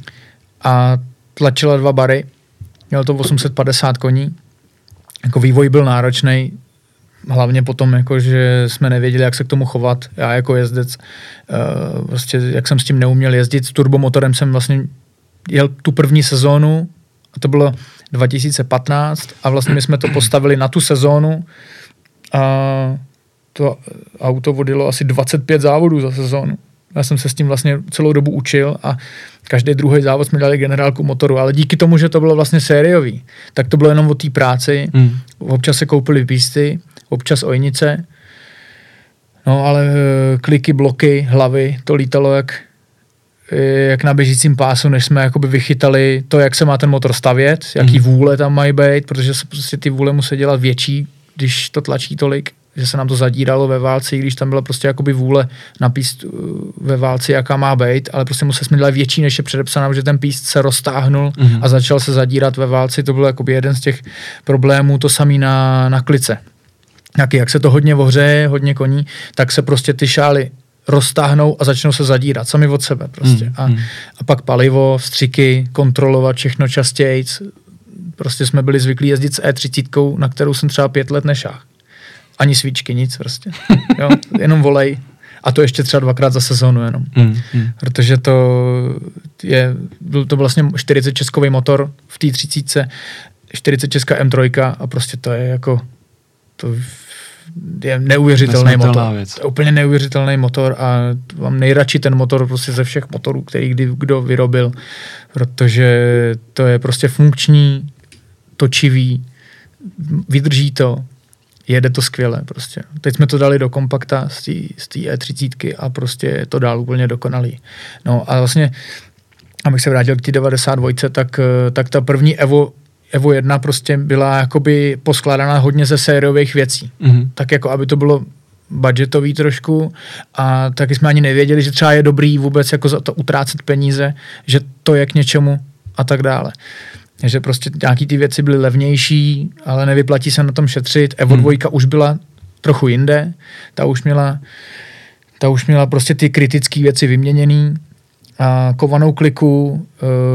A tlačila 2 bary. Měl to 850 koní. Jako vývoj byl náročný, hlavně potom, jako, že jsme nevěděli, jak se k tomu chovat. Já jako jezdec, prostě jak jsem s tím neuměl jezdit. S turbomotorem jsem vlastně jel tu první sezónu, a to bylo 2015, a vlastně my jsme to postavili na tu sezónu a to auto vodilo asi 25 závodů za sezónu. Já jsem se s tím vlastně celou dobu učil a každý druhý závod jsme dali generálku motoru, ale díky tomu, že to bylo vlastně sériový, tak to bylo jenom o té práci. Občas se koupily písty, občas ojnice, no ale kliky, bloky, hlavy, to lítalo jak na běžícím pásu, než jsme jakoby vychytali to, jak se má ten motor stavět, jaký vůle tam mají být, protože se prostě ty vůle musí dělat větší, když to tlačí tolik, že se nám to zadíralo ve válci, když tam byla prostě jakoby vůle na píst ve válci, jaká má být, ale prostě museli jsme dělat větší, než je předepsaná, protože ten píst se roztáhnul a začal se zadírat ve válci. To byl jakoby jeden z těch problémů, to samý na klice. Jak se to hodně ohřeje, hodně koní, tak se prostě ty šály roztáhnou a začnou se zadírat sami od sebe prostě. A pak palivo, vstřiky, kontrolovat všechno častěji. Prostě jsme byli zvyklí jezdit s E30, na kterou jsem třeba 5 let nešáhl. Ani svíčky, nic prostě. Jo, jenom volej. A to ještě třeba 2krát za sezónu jenom. Protože byl to vlastně 40 českový motor v té 30, 40 česká M3 a prostě to je jako, to je neuvěřitelný motor. Věc. To je úplně neuvěřitelný motor a mám nejradši ten motor prostě ze všech motorů, který kdo vyrobil, protože to je prostě funkční, točivý, vydrží to, jede to skvěle prostě. Teď jsme to dali do kompakta z té E30 a prostě je to dál úplně dokonalý. No a vlastně, abych se vrátil k té 92, tak ta první Evo 1 prostě byla jakoby poskládaná hodně ze sériových věcí. Mm-hmm. Tak jako, aby to bylo budgetový trošku a taky jsme ani nevěděli, že třeba je dobrý vůbec jako za to utrácet peníze, že to je k něčemu a tak dále. Takže prostě nějaký ty věci byly levnější, ale nevyplatí se na tom šetřit. Evo 2 už byla trochu jinde, ta už měla prostě ty kritické věci vyměněný a kovanou kliku,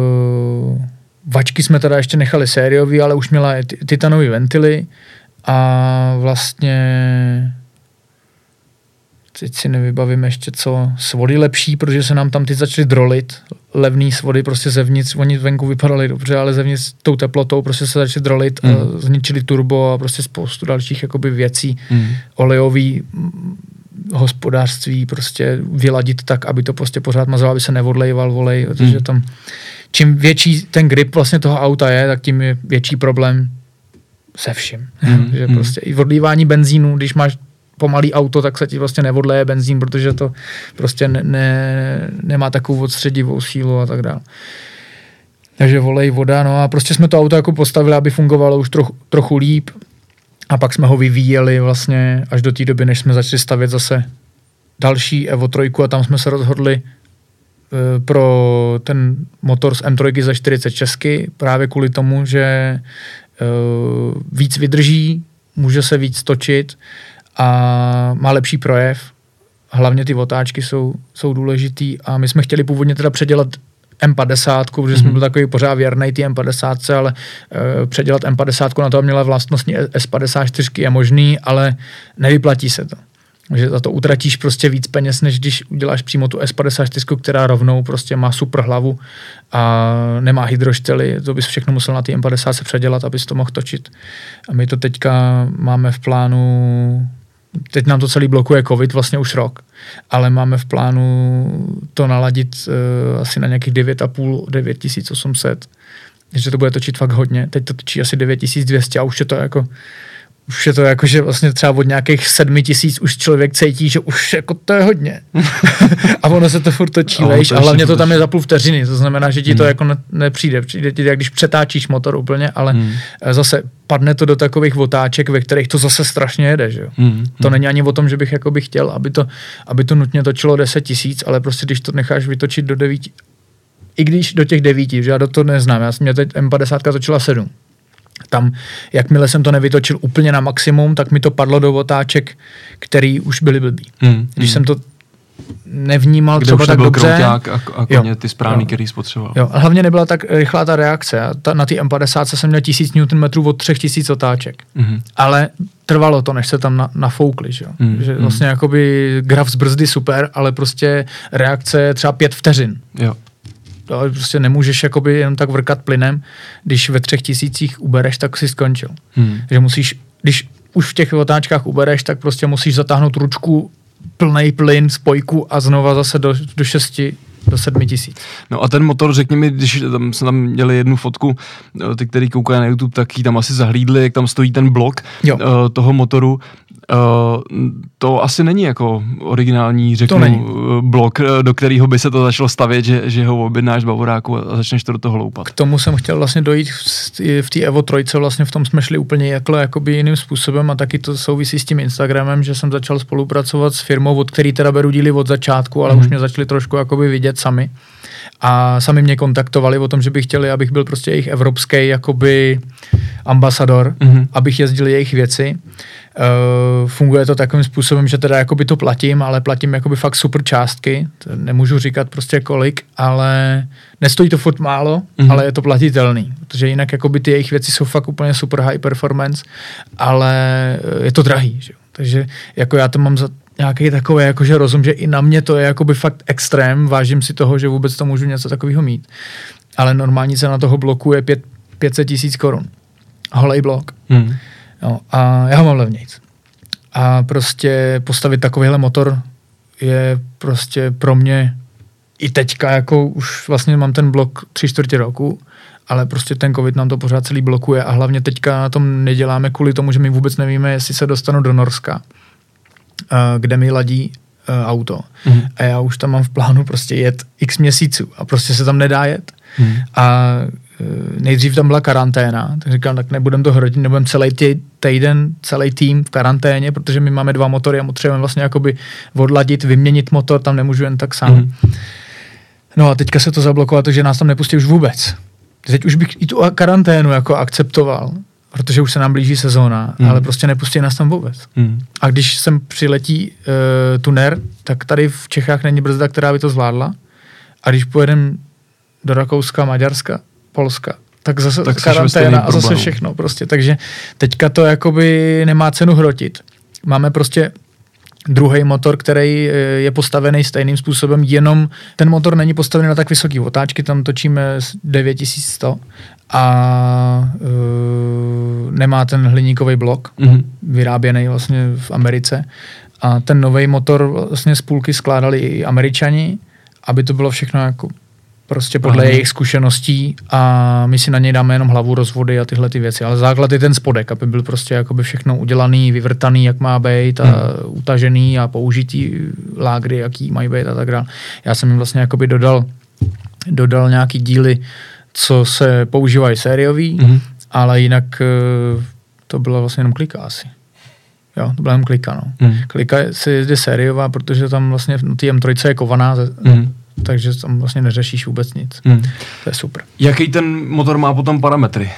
vačky jsme teda ještě nechali sériový, ale už měla titanový ventily a vlastně teď si nevybavím ještě co, svody lepší, protože se nám tam ty začaly drolit, levný svody prostě zevnitř, oni venku vypadaly dobře, ale zevnitř tou teplotou prostě se začaly drolit a zničili turbo a prostě spoustu dalších jakoby věcí, olejový hospodářství prostě vyladit tak, aby to prostě pořád mazalo, aby se neodlejval olej, protože tam čím větší ten grip vlastně toho auta je, tak tím je větší problém se vším. Že prostě i odlívání benzínu, když máš pomalý auto, tak se ti vlastně neodleje benzín, protože to prostě nemá takovou odstředivou sílu a tak dále. Takže olej, voda, no a prostě jsme to auto jako postavili, aby fungovalo už trochu líp a pak jsme ho vyvíjeli vlastně až do té doby, než jsme začali stavět zase další Evo 3 a tam jsme se rozhodli pro ten motor z M3 za 46 právě kvůli tomu, že víc vydrží, může se víc točit a má lepší projev. Hlavně ty otáčky jsou důležitý a my jsme chtěli původně teda předělat M50, protože jsme byli takový pořád věrnej ty M50, ale předělat M50 na to měla vlastnostní S54 je možný, ale nevyplatí se to. Že za to utratíš prostě víc peněz, než když uděláš přímo tu S54, která rovnou prostě má super hlavu a nemá hydroštely, to bys všechno musel na ty M50 se předělat, abys to mohl točit. A my to teďka máme v plánu, teď nám to celý blokuje covid, vlastně už rok, ale máme v plánu to naladit asi na nějakých 9800, že to bude točit fakt hodně. Teď to točí asi 9200 a už je to jako, že vlastně třeba od nějakých 7000 už člověk cítí, že už jako to je hodně. A ono se to furt točí, vejš, a hlavně to tam je za půl vteřiny, to znamená, že ti to jako nepřijde. Přijde ti, jak když přetáčíš motor úplně, ale zase padne to do takových otáček, ve kterých to zase strašně jede, že jo. To není ani o tom, že bych jakoby chtěl, aby to nutně točilo 10 000, ale prostě když to necháš vytočit do 9, i když do těch 9, že já to neznám, mě teď M50 točila 7. Tam, jakmile jsem to nevytočil úplně na maximum, tak mi to padlo do otáček, který už byly blbý. Když jsem to nevnímal třeba tak dobře. A koně ty správný, který spotřeboval. Jo, a hlavně nebyla tak rychlá ta reakce. Na ty M50 jsem měl 1000 Nm od 3000 otáček. Ale trvalo to, než se tam nafoukli. Že? Že vlastně jakoby graf z brzdy super, ale prostě reakce je třeba 5 vteřin. Jo. Ale prostě nemůžeš jakoby jenom tak vrkat plynem, když ve 3000 ubereš, tak si skončil. Že musíš, když už v těch otáčkách ubereš, tak prostě musíš zatáhnout ručku, plnej plyn, spojku a znova zase do 6, do 7000. No a ten motor, řekni mi, když jsme tam měli jednu fotku, ty, který koukají na YouTube, tak ji tam asi zahlídli, jak tam stojí ten blok toho motoru. To asi není jako originální, řeknu, blok, do kterého by se to začalo stavět, že ho objednáš z Bavoráku a začneš to do toho loupat. K tomu jsem chtěl vlastně dojít v té Evo 3, vlastně v tom jsme šli úplně jakoby jiným způsobem a taky to souvisí s tím Instagramem, že jsem začal spolupracovat s firmou, od který teda beru díly od začátku, ale už mě začali trošku jakoby vidět sami. A sami mě kontaktovali o tom, že by chtěli, abych byl prostě jejich evropský jakoby ambasador, abych jezdil jejich věci. Funguje to takovým způsobem, že teda jakoby to platím, ale platím jakoby fakt super částky, to nemůžu říkat prostě kolik, ale nestojí to furt málo, ale je to platitelný, protože jinak jakoby ty jejich věci jsou fakt úplně super high performance, ale je to drahý, že? Takže jako já to mám za nějaký takový jakože rozum, že i na mě to je jakoby fakt extrém, vážím si toho, že vůbec to můžu něco takového mít, ale normální cena toho bloku je 500 000 korun. Holej blok. No, a já ho mám levnějc. A prostě postavit takovýhle motor je prostě pro mě i teďka, jako už vlastně mám ten blok 3/4 roku, ale prostě ten covid nám to pořád celý blokuje a hlavně teďka na tom neděláme kvůli tomu, že my vůbec nevíme, jestli se dostanu do Norska, kde mi ladí auto. A já už tam mám v plánu prostě jet x měsíců a prostě se tam nedá jet. A nejdřív tam byla karanténa, tak říkám, tak nebudem to hrotit, nebudem celý týden, celý tým v karanténě, protože my máme 2 motory a potřebujeme vlastně jakoby odladit, vyměnit motor, tam nemůžu jen tak sám. No a teďka se to zablokovat, takže nás tam nepustí už vůbec. Teď už bych i tu karanténu jako akceptoval, protože už se nám blíží sezóna, ale prostě nepustí nás tam vůbec. A když sem přiletí tuner, tak tady v Čechách není brzda, která by to zvládla. A když pojedem do Rakouska, Maďarska, Polska, tak zase tak karanténa a zase všechno prostě. Takže teďka to jakoby nemá cenu hrotit. Máme prostě druhý motor, který je postavený stejným způsobem, jenom ten motor není postavený na tak vysoké otáčky, tam točíme 9100 a nemá ten hliníkový blok, vyráběný vlastně v Americe. A ten nový motor vlastně z půlky skládali i Američani, aby to bylo všechno jako prostě podle jejich zkušeností a my si na něj dáme jenom hlavu, rozvody a tyhle ty věci. Ale základ je ten spodek, aby byl prostě jakoby všechno udělaný, vyvrtaný, jak má být a utažený a použitý lágry, jaký mají být a tak dále. Já jsem jim vlastně jakoby dodal nějaký díly, co se používají sériový, ale jinak to byla vlastně jenom klika asi. Jo, to byla jenom klika, no. Klika se jezdí sériová, protože tam vlastně ty M3 je kovaná, takže tam vlastně neřešíš vůbec nic. To je super. Jaký ten motor má potom parametry?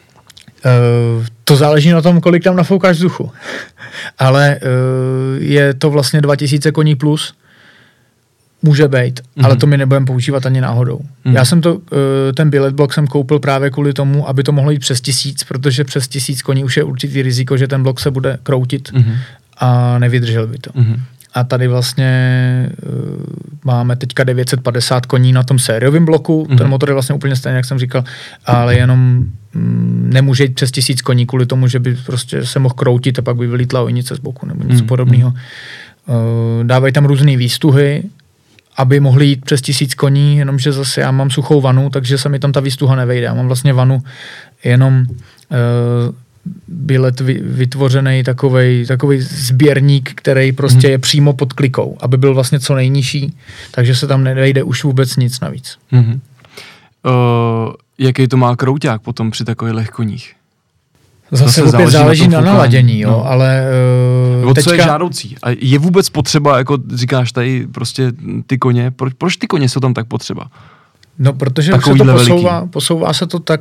To záleží na tom, kolik tam nafoukáš vzduchu. Ale je to vlastně 2000 koní plus. Může být, ale to my nebudeme používat ani náhodou. Já jsem ten billet block jsem koupil právě kvůli tomu, aby to mohlo jít přes 1000, protože přes 1000 koní už je určitý riziko, že ten blok se bude kroutit a nevydržel by to. A tady vlastně máme teďka 950 koní na tom sériovém bloku. Ten motor je vlastně úplně stejný, jak jsem říkal, ale jenom nemůže jít přes 1000 koní kvůli tomu, že by prostě se mohl kroutit a pak by vylítla ojnice z boku nebo něco podobného. Dávají tam různé výstuhy, aby mohli jít přes 1000 koní, jenomže zase já mám suchou vanu, takže se mi tam ta výstuha nevejde. Já mám vlastně vanu jenom bilet vytvořený takovej sběrník, který prostě je přímo pod klikou, aby byl vlastně co nejnižší, takže se tam nevejde už vůbec nic navíc. Jaký to má krouťák potom při takových koních? Zase opět záleží na naladění, jo, ale teďka... Co je žádoucí? A je vůbec potřeba, jako říkáš tady prostě ty koně, proč ty koně jsou tam tak potřeba? No, protože se to posouvá se to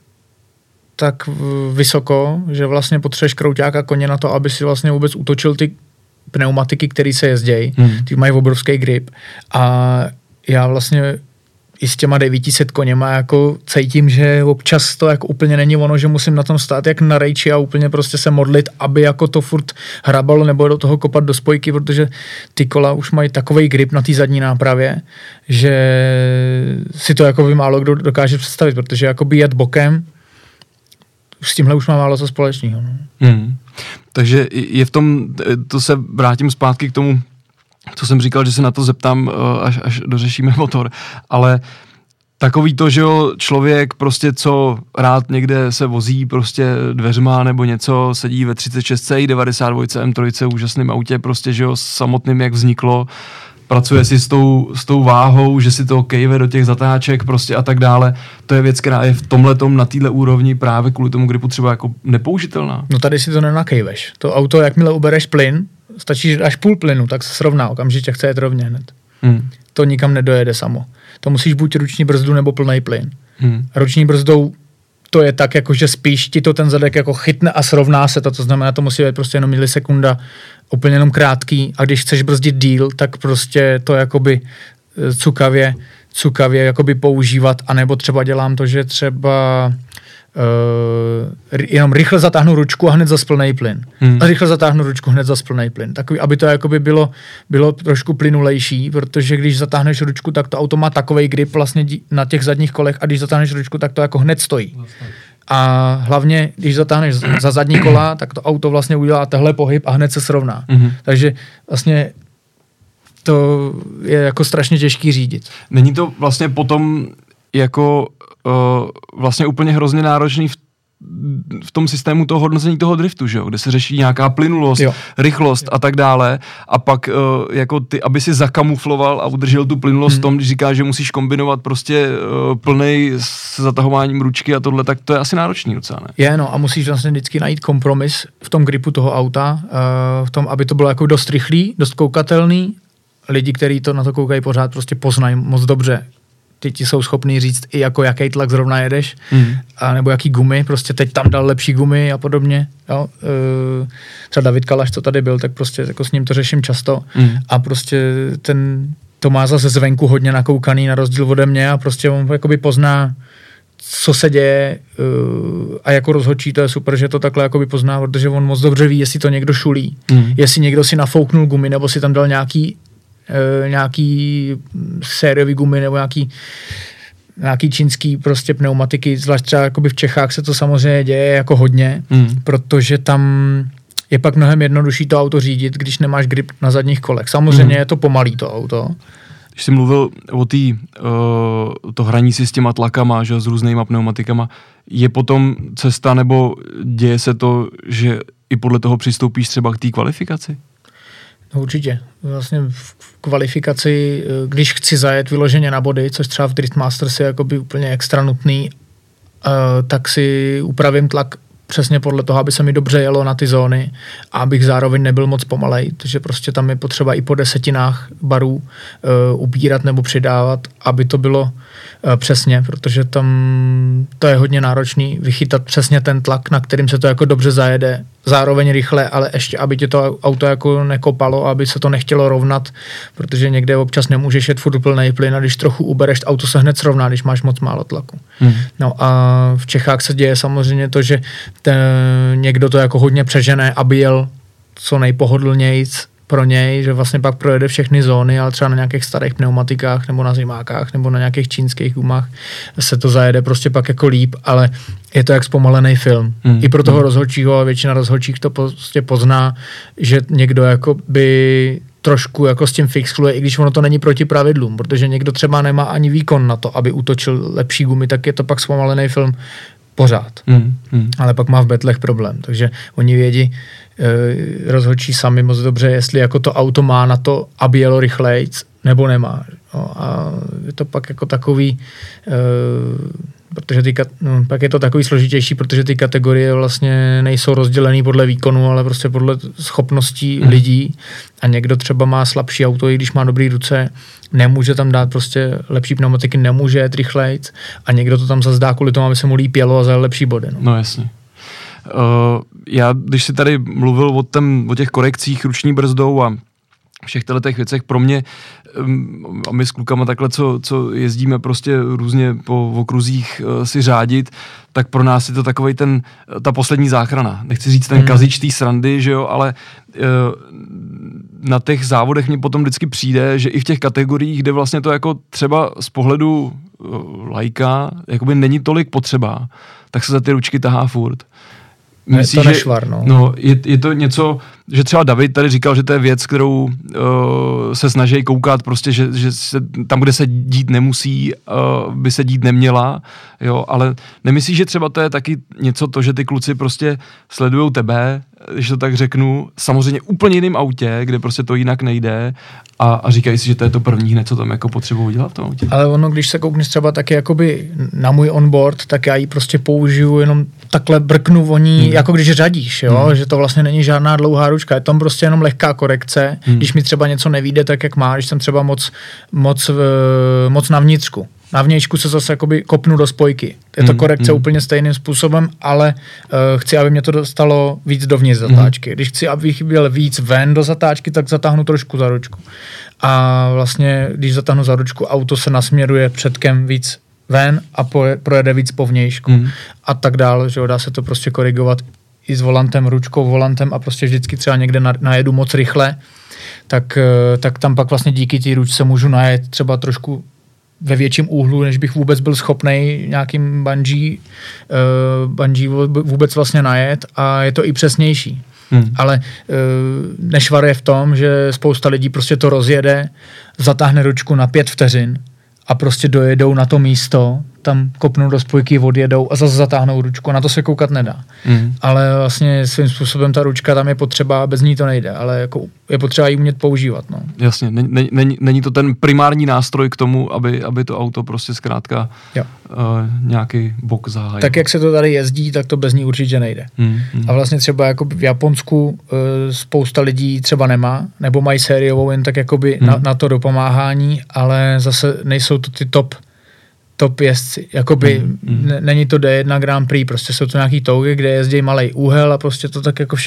tak vysoko, že vlastně potřebuješ krouťák a koně na to, aby si vlastně vůbec útočil ty pneumatiky, které se jezdějí. Ty mají obrovský grip. A já vlastně i s těma 900 koněma jako cítím, že občas to jako úplně není ono, že musím na tom stát jak na rejči a úplně prostě se modlit, aby jako to furt hrabalo nebo do toho kopat do spojky, protože ty kola už mají takovej grip na té zadní nápravě, že si to jako by málo kdo dokáže představit, protože jako by jet bokem s tímhle už má málo co společného. Takže je v tom, to se vrátím zpátky k tomu, co jsem říkal, že se na to zeptám, až dořešíme motor, ale takový to, že jo, člověk prostě co rád někde se vozí prostě dveřma nebo něco, sedí ve 36 92 M3 úžasným autě, prostě, že jo, samotným jak vzniklo, pracuje si s tou váhou, že si to kejve do těch zatáček prostě a tak dále. To je věc, která je v tomhletom na téhle úrovni právě kvůli tomu gripu třeba jako nepoužitelná. No tady si to nenakejveš. To auto, jakmile ubereš plyn, stačí, že až půl plynu, tak se srovná, okamžitě chce jet rovně hned. To nikam nedojede samo. To musíš buď ruční brzdu nebo plný plyn. Ruční brzdou to je tak, jako že spíš ti to ten zadek jako chytne a srovná se to znamená, to musí být prostě jenom milisekunda, úplně jenom krátký a když chceš brzdit díl, tak prostě to jakoby cukavě jakoby používat, anebo třeba dělám to, že třeba jenom rychle zatáhnu ručku a hned zas plnej plyn. A rychle zatáhnu ručku, hned zas plnej plyn. Takový, aby to jakoby bylo trošku plynulejší, protože když zatáhneš ručku, tak to auto má takovej grip vlastně na těch zadních kolech a když zatáhneš ručku, tak to jako hned stojí. A hlavně, když zatáhneš za zadní kola, tak to auto vlastně udělá tehle pohyb a hned se srovná. Takže vlastně to je jako strašně těžký řídit. Není to vlastně potom jako vlastně úplně hrozně náročný v tom systému toho hodnocení toho driftu, že jo? Kde se řeší nějaká plynulost, rychlost a tak dále a pak jako ty, aby si zakamufloval a udržel tu plynulost v tom, když říkáš, že musíš kombinovat prostě plnej s zatahováním ručky a tohle, tak to je asi náročný docela, ne? Je, no a musíš vlastně vždycky najít kompromis v tom gripu toho auta, v tom, aby to bylo jako dost rychlý, dost koukatelný. Lidi, kteří to na to koukají pořád, prostě poznají moc dobře. Ty ti jsou schopný říct i jako jaký tlak zrovna jedeš, a nebo jaký gumy, prostě teď tam dal lepší gumy a podobně. Jo? Třeba David Kalaš, co tady byl, tak prostě jako s ním to řeším často a prostě to má zase zvenku hodně nakoukaný na rozdíl ode mě a prostě on jakoby pozná, co se děje a jako rozhodčí to je super, že to takhle jakoby pozná, protože on moc dobře ví, jestli to někdo šulí, jestli někdo si nafouknul gumy, nebo si tam dal nějaký sériový gumy nebo nějaký čínský prostě pneumatiky, zvlášť třeba jakoby v Čechách se to samozřejmě děje jako hodně, protože tam je pak mnohem jednodušší to auto řídit, když nemáš grip na zadních kolech. Samozřejmě je to pomalý to auto. Když jsi mluvil o to hraní si s těma tlakama, že, s různýma pneumatikama, je potom cesta nebo děje se to, že i podle toho přistoupíš třeba k té kvalifikaci? No určitě. Vlastně v kvalifikaci, když chci zajet vyloženě na body, což třeba v Drift Masters je jakoby úplně extra nutný, tak si upravím tlak přesně podle toho, aby se mi dobře jelo na ty zóny a abych zároveň nebyl moc pomalej, takže prostě tam je potřeba i po desetinách barů ubírat nebo přidávat, aby to bylo přesně, protože tam to je hodně náročný vychytat přesně ten tlak, na kterým se to jako dobře zajede, zároveň rychle, ale ještě, aby ti to auto jako nekopalo, aby se to nechtělo rovnat, protože někde občas nemůžeš jet furt plnej plyn a když trochu ubereš, auto se hned srovná, když máš moc málo tlaku. No a v Čechách se děje samozřejmě to, že někdo to jako hodně přežene, aby jel co nejpohodlnějc pro něj, že vlastně pak projede všechny zóny, ale třeba na nějakých starých pneumatikách nebo na zimákách nebo na nějakých čínských gumách se to zajede prostě pak jako líp, ale je to jak zpomalený film. I pro toho rozhodčího a většina rozhodčích to prostě pozná, že někdo jako by trošku jako s tím fixluje, i když ono to není proti pravidlům, protože někdo třeba nemá ani výkon na to, aby útočil lepší gumy, tak je to pak zpomalený film pořád. Ale pak má v betlech problém, takže oni vědí, rozhodčí sami moc dobře, jestli jako to auto má na to, aby jelo rychlejc, nebo nemá. No, a je to pak jako takový, protože pak je to takový složitější, protože ty kategorie vlastně nejsou rozdělený podle výkonu, ale prostě podle schopností lidí a někdo třeba má slabší auto, i když má dobrý ruce, nemůže tam dát prostě lepší pneumatiky, nemůže jet rychlejc a někdo to tam zase dá kvůli tomu, aby se mu líp jelo a zajel lepší body. No jasně. Já, když jsi tady mluvil o těch korekcích ruční brzdou a všech těch věcech, pro mě, a my s klukama takhle, co jezdíme prostě různě po okruzích si řádit, tak pro nás je to takovej ta poslední záchrana. Nechci říct ten kazič té srandy, že jo, ale na těch závodech mě potom vždycky přijde, že i v těch kategoriích, kde vlastně to jako třeba z pohledu laika jakoby není tolik potřeba, tak se za ty ručky tahá furt. Myslíš, to nešvar, no. No, je to něco, že třeba David tady říkal, že to je věc, kterou se snaží koukat prostě, že se, tam, kde se dít nemusí, by se dít neměla, jo, ale nemyslíš, že třeba to je taky něco to, že ty kluci prostě sledujou tebe, když to tak řeknu, samozřejmě úplně jiným autě, kde prostě to jinak nejde a říkají si, že to je to první hned, co tam jako potřebují dělat v tom autě. Ale ono, když se koukneš třeba taky jakoby na můj onboard, tak já ji prostě použiju, jenom takhle brknu o ní, jako když řadíš, jo, že to vlastně není žádná dlouhá ručka, je tam prostě jenom lehká korekce, když mi třeba něco nevíde tak, jak má, když jsem třeba moc na vnitřku. Na vnějšku se zase jakoby kopnu do spojky. Je to korekce úplně stejným způsobem, ale chci, aby mě to dostalo víc dovnitř zatáčky. Když chci, abych byl víc ven do zatáčky, tak zatáhnu trošku za ručku. A vlastně, když zatáhnu za ručku, auto se nasměruje předkem víc ven a projede víc po vnějšku. A tak dále, že dá se to prostě korigovat i s volantem, ručkou, volantem a prostě vždycky třeba někde najedu moc rychle, tak tam pak vlastně díky té ručce můžu najet třeba trošku ve větším úhlu, než bych vůbec byl schopnej nějakým bungee vůbec vlastně najet a je to i přesnější. Ale nešvar je v tom, že spousta lidí prostě to rozjede, zatáhne ručku na 5 vteřin a prostě dojedou na to místo, tam kopnou do spojky, odjedou a zase zatáhnou ručku. Na to se koukat nedá. Ale vlastně svým způsobem ta ručka tam je potřeba, bez ní to nejde, ale jako je potřeba ji umět používat. No. Jasně, není to ten primární nástroj k tomu, aby to auto prostě zkrátka nějaký bok zahájil. Tak jak se to tady jezdí, tak to bez ní určitě nejde. A vlastně třeba jako v Japonsku spousta lidí třeba nemá, nebo mají sériovou jen tak jakoby na to dopomáhání, ale zase nejsou to ty top jezdci. Jakoby není to D1 Grand Prix, prostě jsou to nějaký touhy, kde jezdí malej úhel a prostě to tak jako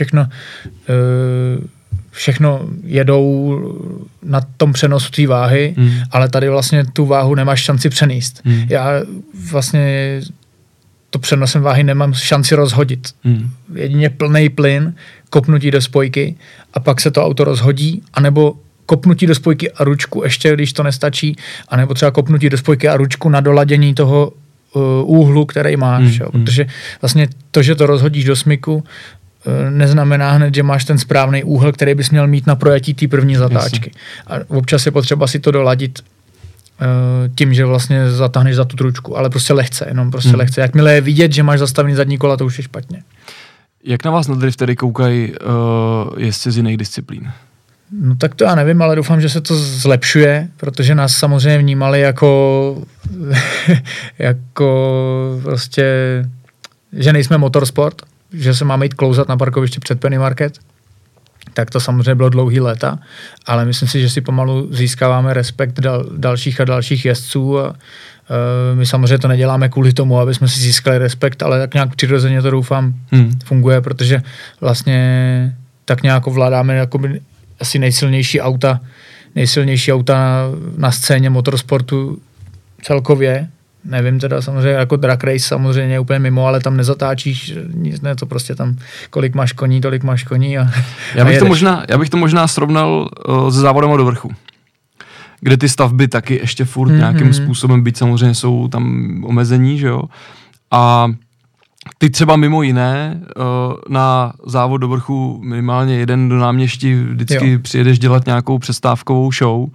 všechno jedou na tom přenosu té váhy, ale tady vlastně tu váhu nemáš šanci přenést. Já vlastně to přenosem váhy nemám šanci rozhodit. Jedině plnej plyn, kopnutí do spojky a pak se to auto rozhodí, anebo kopnutí do spojky a ručku ještě, když to nestačí, anebo třeba kopnutí do spojky a ručku na doladění toho úhlu, který máš. Protože vlastně to, že to rozhodíš do smyku, neznamená hned, že máš ten správný úhel, který bys měl mít na projetí té první zatáčky. A občas je potřeba si to doladit tím, že vlastně zatáhneš za tu ručku, ale prostě lehce, jenom prostě lehce. Jakmile je vidět, že máš zastavený zadní kola, to už je špatně. Jak na vás na driftery koukají jezdci z jiných disciplín? No tak to já nevím, ale doufám, že se to zlepšuje, protože nás samozřejmě vnímali jako prostě, že nejsme motorsport, že se máme jít klouzat na parkovišti před Penny Market. Tak to samozřejmě bylo dlouhý léta, ale myslím si, že si pomalu získáváme respekt dalších a dalších jezdců a my samozřejmě to neděláme kvůli tomu, aby jsme si získali respekt, ale tak nějak přirozeně to doufám funguje, protože vlastně tak nějak ovládáme jakoby asi nejsilnější auta na scéně motorsportu celkově. Nevím teda samozřejmě, jako drag race samozřejmě je úplně mimo, ale tam nezatáčíš nic, ne, to prostě tam, kolik máš koní, tolik máš koní a já bych to možná srovnal se závodem do vrchu, kde ty stavby taky ještě furt nějakým způsobem, byť samozřejmě jsou tam omezení, že jo, a ty třeba mimo jiné na závod do vrchu minimálně jeden do Náměstí vždycky přijedeš dělat nějakou přestávkovou show.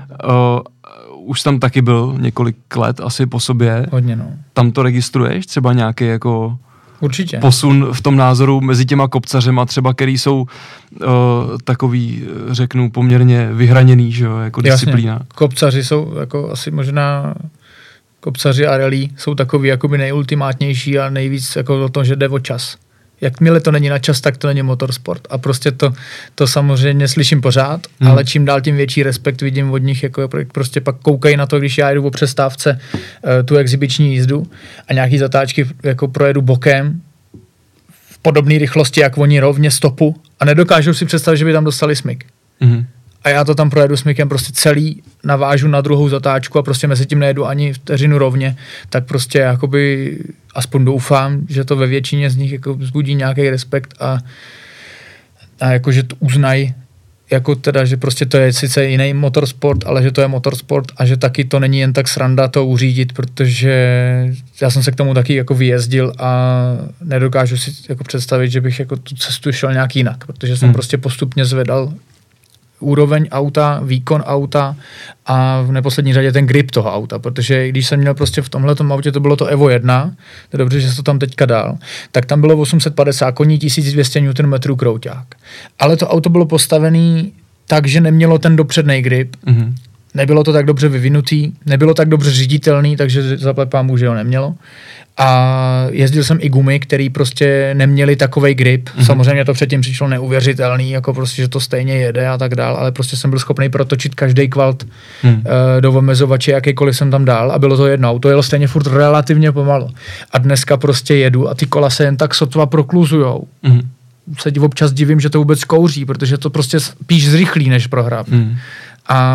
Už tam taky byl několik let asi po sobě. Hodně, no. Tam to registruješ? Třeba nějaký jako určitě posun v tom názoru mezi těma kopcařema třeba, který jsou takový, řeknu, poměrně vyhraněný, že jo, jako disciplína. Jasně. Kopcaři jsou jako asi možná kopcaři a rally jsou takový jakoby nejultimátnější a nejvíc jako o tom, že jde o čas. Jakmile to není na čas, tak to není motorsport. A prostě to samozřejmě slyším pořád, ale čím dál tím větší respekt vidím od nich, jako prostě pak koukají na to, když já jdu po přestávce tu exibiční jízdu a nějaký zatáčky jako projedu bokem v podobné rychlosti, jak oni rovně stopu a nedokážou si představit, že by tam dostali smyk. A já to tam projedu smykem prostě celý, navážu na druhou zatáčku a prostě mezi tím nejedu ani vteřinu rovně, tak prostě jakoby aspoň doufám, že to ve většině z nich jako vzbudí nějaký respekt a jako, že to uznají, jako teda, že prostě to je sice jiný motorsport, ale že to je motorsport a že taky to není jen tak sranda to uřídit, protože já jsem se k tomu taky jako vyjezdil a nedokážu si jako představit, že bych jako tu cestu šel nějak jinak, protože jsem prostě postupně zvedal úroveň auta, výkon auta a v neposlední řadě ten grip toho auta, protože když jsem měl prostě v tomhletom autě, to bylo to Evo 1, to je dobře, že se to tam teďka dal, tak tam bylo 850 koní, 1200 Nm krouťák. Ale to auto bylo postavený tak, že nemělo ten dopřednej grip, nebylo to tak dobře vyvinutý, nebylo tak dobře říditelný, takže zaplať pánbůh, že ho nemělo. A jezdil jsem i gumy, který prostě neměli takovej grip. Samozřejmě to předtím přišlo neuvěřitelný, jako prostě, že to stejně jede a tak dál, ale prostě jsem byl schopný protočit každý kvalt do omezovače, jakýkoliv jsem tam dal a bylo to jedno. Auto jelo stejně furt relativně pomalu. A dneska prostě jedu a ty kola se jen tak sotva prokluzujou. Se občas divím, že to vůbec kouří, protože to prostě spíš zrychlí, než prohrává. A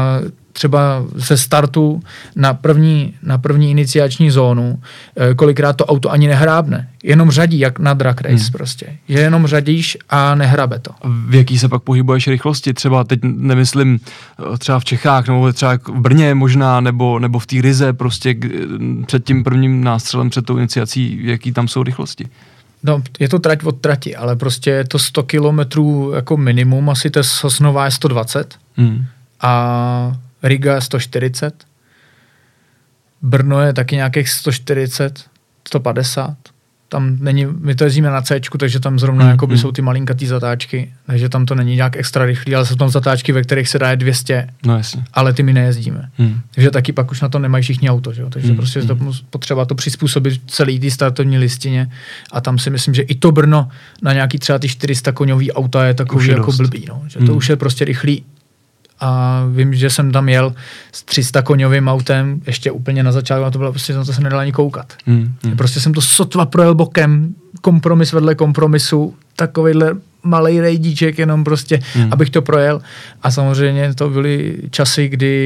třeba ze startu na první iniciační zónu, kolikrát to auto ani nehrábne. Jenom řadí, jak na drag race prostě. Že jenom řadíš a nehrabe to. V jaký se pak pohybuješ rychlosti? Třeba teď nemyslím třeba v Čechách, nebo třeba v Brně možná, nebo v té Rize prostě před tím prvním nástřelem, před tou iniciací, jaký tam jsou rychlosti? No, je to trať od trati, ale prostě je to 100 kilometrů jako minimum, asi to Sosnová je 120 a Riga je 140, Brno je taky nějakých 140, 150, tam není, my to jezdíme na C, takže tam zrovna jakoby jsou ty malinkatý zatáčky, takže tam to není nějak extra rychlý, ale jsou tam zatáčky, ve kterých se dá 200, no jasně. Ale ty my nejezdíme. Takže taky pak už na to nemají všichni auto, že jo? Takže prostě to potřeba to přizpůsobit celý té startovní listině a tam si myslím, že i to Brno na nějaký třeba ty 400 koňový auta je takový jako blbý, no? Že to už je prostě rychlý. A vím, že jsem tam jel s 300 koňovým autem, ještě úplně na začátku, a to bylo prostě, na to se nedalo ani koukat. Prostě jsem to sotva projel bokem, kompromis vedle kompromisu, takovejhle malej rejdíček, jenom prostě, abych to projel. A samozřejmě to byly časy,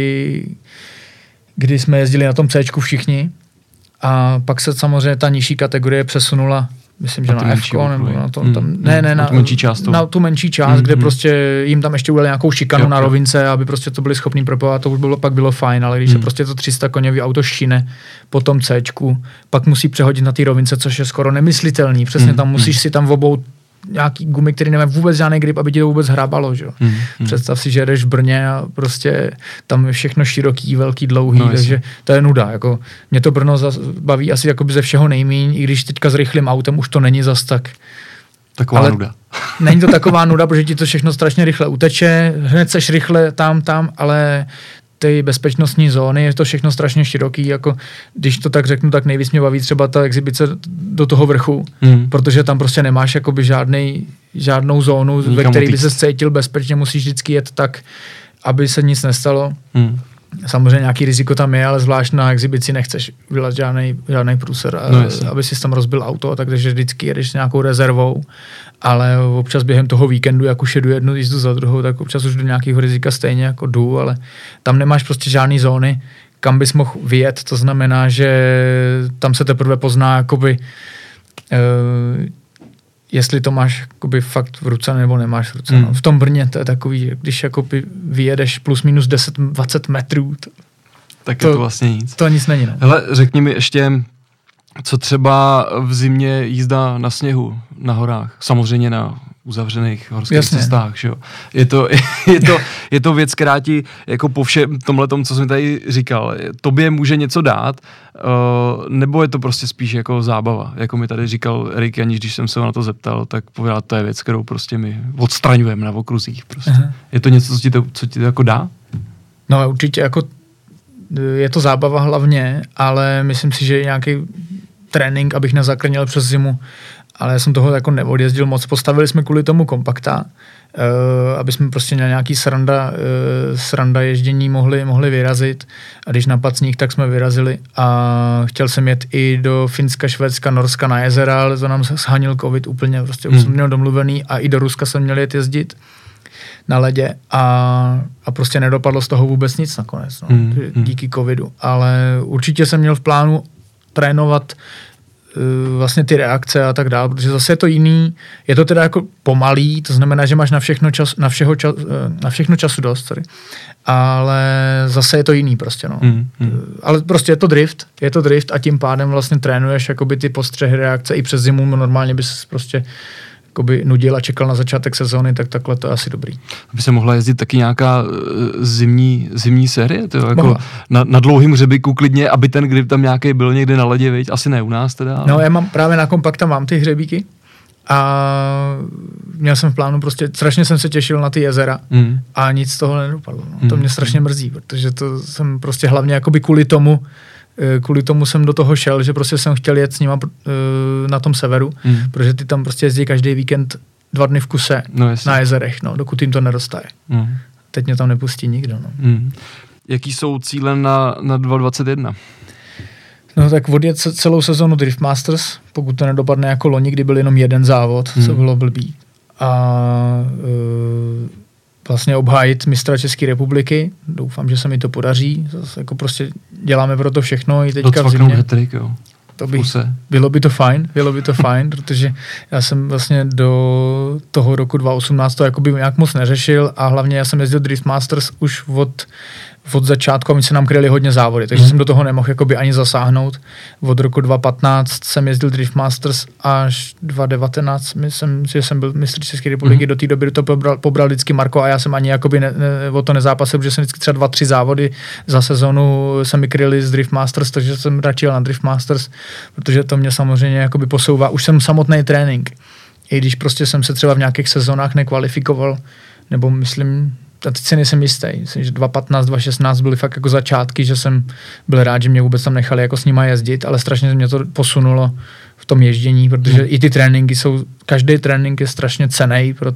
kdy jsme jezdili na tom Cčku všichni a pak se samozřejmě ta nižší kategorie přesunula, myslím, že na F-ko, nebo na to, tam, na tu menší část, kde prostě jim tam ještě udělali nějakou šikanu na rovince, aby prostě to byli schopní propovat, to už pak bylo fajn, ale když se prostě to 300 koňový auto šine po tom Cčku, pak musí přehodit na ty rovince, což je skoro nemyslitelný, přesně tam musíš si tam obout nějaký gumy, který nemá vůbec žádný grip, aby ti to vůbec hrábalo, že jo. Představ si, že jedeš v Brně a prostě tam je všechno široký, velký, dlouhý, takže to je nuda, jako mě to Brno baví asi jakoby ze všeho nejmíň, i když teďka s rychlým autem už to není zas tak. Taková nuda. Není to taková nuda, protože ti to všechno strašně rychle uteče, hned seš rychle tam, ale ty bezpečnostní zóny, je to všechno strašně široký, jako když to tak řeknu, tak nejvíc mě baví třeba ta exibice do toho vrchu, protože tam prostě nemáš jakoby žádnou zónu, ve které by se cítil bezpečně, musíš vždycky jet tak, aby se nic nestalo. Samozřejmě nějaký riziko tam je, ale zvlášť na exibici nechceš vylat žádný průser, aby si tam rozbil auto, takže vždycky jedeš s nějakou rezervou, ale občas během toho víkendu, jak už jedu jednu jízdu za druhou, tak občas už do nějakého rizika stejně jako jdu, ale tam nemáš prostě žádný zóny, kam bys mohl vyjet, to znamená, že tam se teprve pozná jakoby jestli to máš jakoby fakt v ruce nebo nemáš v ruce. No. V tom Brně to je takový, že když jakoby vyjedeš plus minus 10-20 metrů, tak je to vlastně nic. To nic není. No. Hele, řekni mi ještě, co třeba v zimě jízda na sněhu, na horách, samozřejmě na uzavřených horských cestách, že jo. Je to věc, která ti jako po všem tomhletom, co jsem tady říkal, tobě může něco dát, nebo je to prostě spíš jako zábava, jako mi tady říkal Erik Janíš, když jsem se ho na to zeptal, tak povedal, to je věc, kterou prostě my odstraňujeme na okruzích prostě. Je to něco, co ti to jako dá? No určitě jako je to zábava hlavně, ale myslím si, že nějaký trénink, abych nezakrněl přes zimu, ale já jsem toho jako neodjezdil moc. Postavili jsme kvůli tomu kompakta, aby jsme prostě na nějaký sranda ježdění mohli vyrazit. A když napadl sníh, tak jsme vyrazili a chtěl jsem jet i do Finska, Švédska, Norska na jezera, ale to nám se shanil covid úplně, prostě už jsem měl domluvený a i do Ruska jsem měl jet jezdit na ledě a prostě nedopadlo z toho vůbec nic nakonec, no, díky covidu. Ale určitě jsem měl v plánu trénovat vlastně ty reakce a tak dále, protože zase je to jiný, je to teda jako pomalý, to znamená, že máš na všechno času dost, ale zase je to jiný prostě, no. Ale prostě je to drift a tím pádem vlastně trénuješ jakoby ty postřehy, reakce i přes zimu, normálně bys prostě jakoby nudil a čekal na začátek sezóny, tak takhle to je asi dobrý. Aby se mohla jezdit taky nějaká zimní série, to jako na dlouhým hřebíku klidně, aby ten grip tam nějaký byl někde na ledě, viď? Asi ne u nás teda. Ale... No já mám právě na kompakta mám ty hřebíky a měl jsem v plánu prostě, strašně jsem se těšil na ty jezera a nic z toho nedopadlo. No. To mě strašně mrzí, protože to jsem prostě hlavně jakoby kvůli tomu jsem do toho šel, že prostě jsem chtěl jet s nima na tom severu, protože ty tam prostě jezdí každý víkend 2 dny v kuse na jezerech, no, dokud jim to nedostaje. Teď mě tam nepustí nikdo. No. Jaký jsou cíle na 2021? No tak odjet celou sezonu Drift Masters, pokud to nedopadne jako loni, kdy byl jenom jeden závod, co bylo blbý. A vlastně obhájit mistra České republiky. Doufám, že se mi to podaří. Zase jako prostě děláme pro to všechno i teďka v zimě. Hat-trick, jo. Bylo by to fajn, protože já jsem vlastně do toho roku 2018 to jakoby nějak moc neřešil a hlavně já jsem jezdil Drift Masters už od začátku a my se nám kryli hodně závody, takže jsem do toho nemohl jakoby ani zasáhnout. Od roku 2015 jsem jezdil Drift Masters až 2019, myslím, že jsem byl mistr České republiky, do té doby to pobral vždycky Marko a já jsem ani jakoby o to nezápasil, protože jsem vždycky třeba 2-3 závody za sezonu se mi kryli z Drift Masters, takže jsem radši jel na Drift Masters, protože to mě samozřejmě jakoby posouvá. Už jsem samotný trénink, i když prostě jsem se třeba v nějakých sezónách nekvalifikoval, nebo myslím, a teď si nejsem jistý. Myslím, že 2015, 2016 byly fakt jako začátky, že jsem byl rád, že mě vůbec tam nechali jako s nima jezdit, ale strašně mě to posunulo v tom ježdění, protože i ty tréninky každý trénink je strašně cenný pro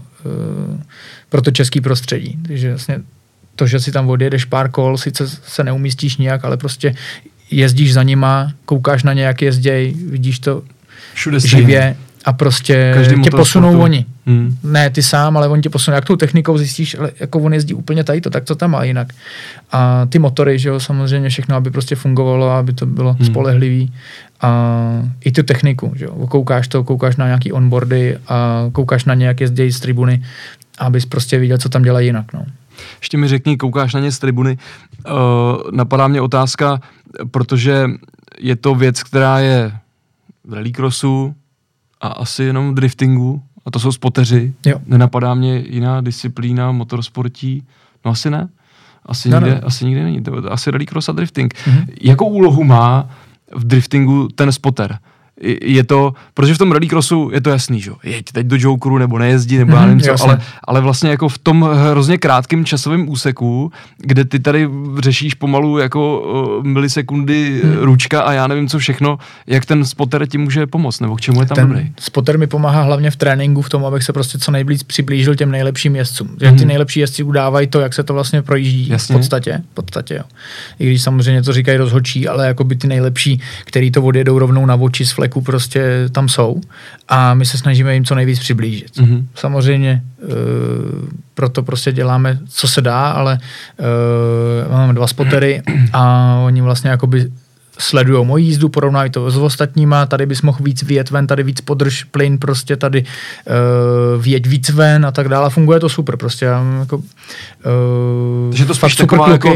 to český prostředí. Takže vlastně to, že si tam odjedeš pár kol, sice se neumístíš nijak, ale prostě jezdíš za nima, koukáš na ně, jak jezděj, vidíš to všude živě. A prostě tě posunou oni. Ne ty sám, ale oni tě posunou. Jak tou technikou zjistíš, jako on jezdí úplně tady to, tak co tam má jinak. A ty motory, že jo, samozřejmě všechno, aby prostě fungovalo, aby to bylo spolehlivý. A i tu techniku, že jo. Koukáš na nějaký onboardy a koukáš na ně, jak jezdějí z tribuny, abys prostě viděl, co tam dělají jinak, no. Ještě mi řekni, koukáš na ně z tribuny. Napadá mě otázka, protože je to věc, která je v rallycrossu, a asi jenom v driftingu, a to jsou spoteři. Jo. Nenapadá mě jiná disciplína motorsportí. No asi ne. Asi nikdy není. To je asi rallycross a drifting. Jakou úlohu má v driftingu ten spoter? Je to, protože v tom rallycrossu je to jasný, že jeď teď do Jokeru, nebo nejezdí, nebo já nevím co, ale vlastně jako v tom hrozně krátkém časovém úseku, kde ty tady řešíš pomalu jako milisekundy ručka a já nevím co všechno, jak ten spotter ti může pomoct, nebo k čemu je tam dobrý? Spotter mi pomáhá hlavně v tréninku v tom, abych se prostě co nejblíž přiblížil těm nejlepším jezdcům. Jak ty nejlepší jezdci udávají to, jak se to vlastně projíždí. Jasně. V podstatě jo. I když samozřejmě to říkají rozhodčí, ale jako by ty nejlepší, který to odjedou rovnou na oči z fleku, prostě tam jsou a my se snažíme jim co nejvíc přiblížit. Samozřejmě proto prostě děláme, co se dá, ale máme 2 spotery a oni vlastně jakoby sledujou moji jízdu, porovnají to s ostatníma, tady bys mohl víc vyjet ven, tady víc podrž plyn, prostě tady vyjeď víc ven a tak dále. Funguje to super, prostě. Jako, takže to spíš taková jako,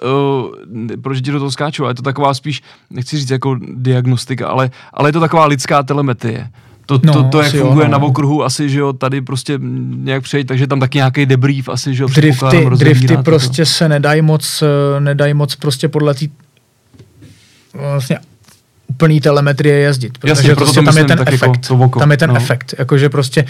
proč ti do toho skáču, ale je to taková spíš, nechci říct jako diagnostika, ale je to taková lidská telemetrie. To jak funguje na okruhu, asi, že jo, tady prostě nějak přejít, takže tam taky nějaký debrief, asi, že jo, drifty prostě se nedají moc prostě podle té vlastně úplný telemetrie jezdit, protože jasně, prostě tam je ten efekt. Jako tam je ten efekt, jakože prostě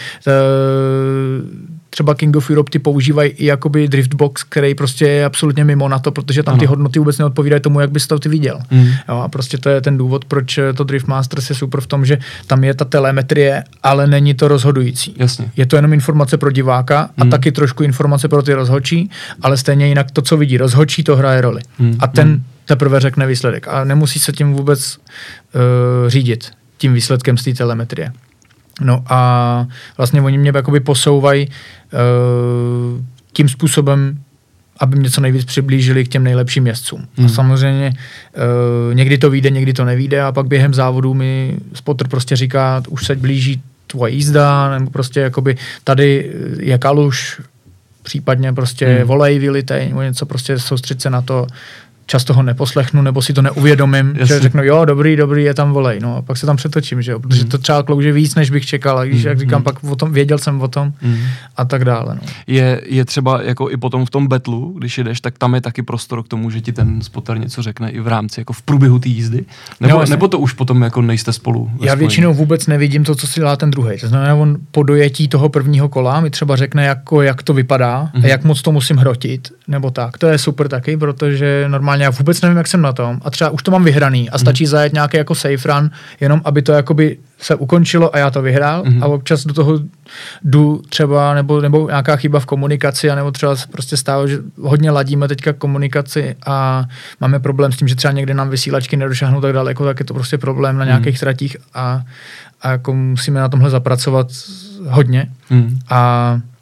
třeba King of Europe ty používají i jakoby driftbox, který prostě je absolutně mimo na to, protože tam ty hodnoty vůbec neodpovídají tomu, jak bys to ty viděl. Jo, a prostě to je ten důvod, proč to Drift Masters je super v tom, že tam je ta telemetrie, ale není to rozhodující. Jasně. Je to jenom informace pro diváka a taky trošku informace pro ty rozhodčí, ale stejně jinak to, co vidí rozhodčí, to hraje roli. A ten teprve řekne výsledek a nemusí se tím vůbec řídit, tím výsledkem z té telemetrie. No a vlastně oni mě jakoby posouvají tím způsobem, aby mě co nejvíc přiblížili k těm nejlepším jezdcům. A samozřejmě někdy to vyjde, někdy to nevyjde a pak během závodu mi spotter prostě říká, už se blíží tvoje jízda, nebo prostě jakoby tady je kaluž, případně prostě volej, vylitej, nebo něco, prostě soustřed se na to. Často ho neposlechnu, nebo si to neuvědomím, že řeknu, jo, dobrý, je tam volej, no a pak se tam přetočím, že jo, protože to třeba klouže víc, než bych čekal, a když, jak říkám, pak o tom, věděl jsem o tom a tak dále, no. Je třeba jako i potom v tom battlu, když jedeš, tak tam je taky prostor k tomu, že ti ten spotter něco řekne i v rámci, jako v průběhu té jízdy, nebo to už potom jako nejste spolu? Já většinou vůbec nevidím to, co si dělá ten druhej, to znamená, on po dojetí toho prvního kola mi třeba řekne, jako, jak to vypadá a jak moc to musím hrotit, nebo tak, to je super taky, protože normálně já vůbec nevím, jak jsem na tom a třeba už to mám vyhraný a stačí zajet nějaký jako safe run, jenom aby to jakoby se ukončilo a já to vyhrál a občas do toho jdu třeba nebo nějaká chyba v komunikaci a nebo třeba prostě stává, že hodně ladíme teďka komunikaci a máme problém s tím, že třeba někde nám vysílačky nedošáhnou tak daleko, tak je to prostě problém na nějakých tratích a jako musíme na tomhle zapracovat hodně a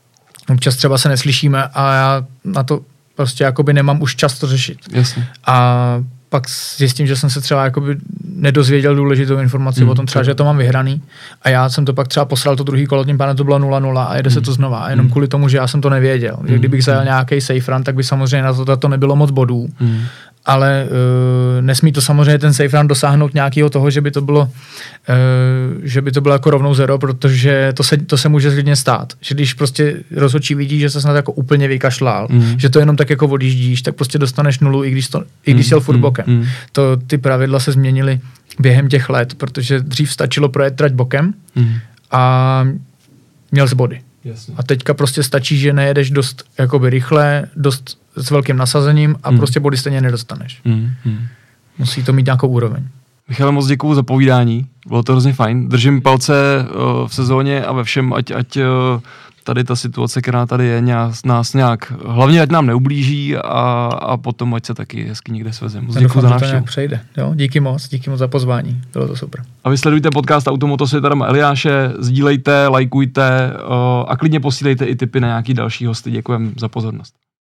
občas třeba se neslyšíme a já na to prostě jakoby nemám už čas to řešit. Jasně. A pak zjistím, že jsem se třeba jakoby nedozvěděl důležitou informaci o tom třeba, že to mám vyhraný a já jsem to pak třeba posral to druhý kolo, tím pádem to bylo 0-0 a jede se to znova. A jenom kvůli tomu, že já jsem to nevěděl. Že kdybych zajel nějaký safe run, tak by samozřejmě na to nebylo moc bodů. Ale nesmí to samozřejmě ten safe run dosáhnout nějakého toho, že by to bylo jako rovnou zero, protože to se může klidně stát. Že když prostě rozhodčí vidí, že se snad jako úplně vykašlal, že to jenom tak jako odjíždíš, tak prostě dostaneš nulu, i když jel furt bokem. Ty pravidla se změnily během těch let, protože dřív stačilo projet trať bokem a měl z body. Jasně. A teďka prostě stačí, že nejedeš dost jakoby rychle, dost s velkým nasazením a prostě body stejně nedostaneš. Musí to mít nějakou úroveň. Michale, moc děkuju za povídání, bylo to hrozně fajn. Držím palce v sezóně a ve všem, ať tady ta situace, která tady je, nás nějak, hlavně ať nám neublíží a potom ať se taky hezky někde svezeme. Moc děkuju za návštěvu. Přejde. Jo, díky moc za pozvání, bylo to super. A vy sledujte podcast Automotosvět Adama Eliáše, sdílejte, lajkujte a klidně posílejte i tipy na nějaký další hosty. Děkujem za pozornost.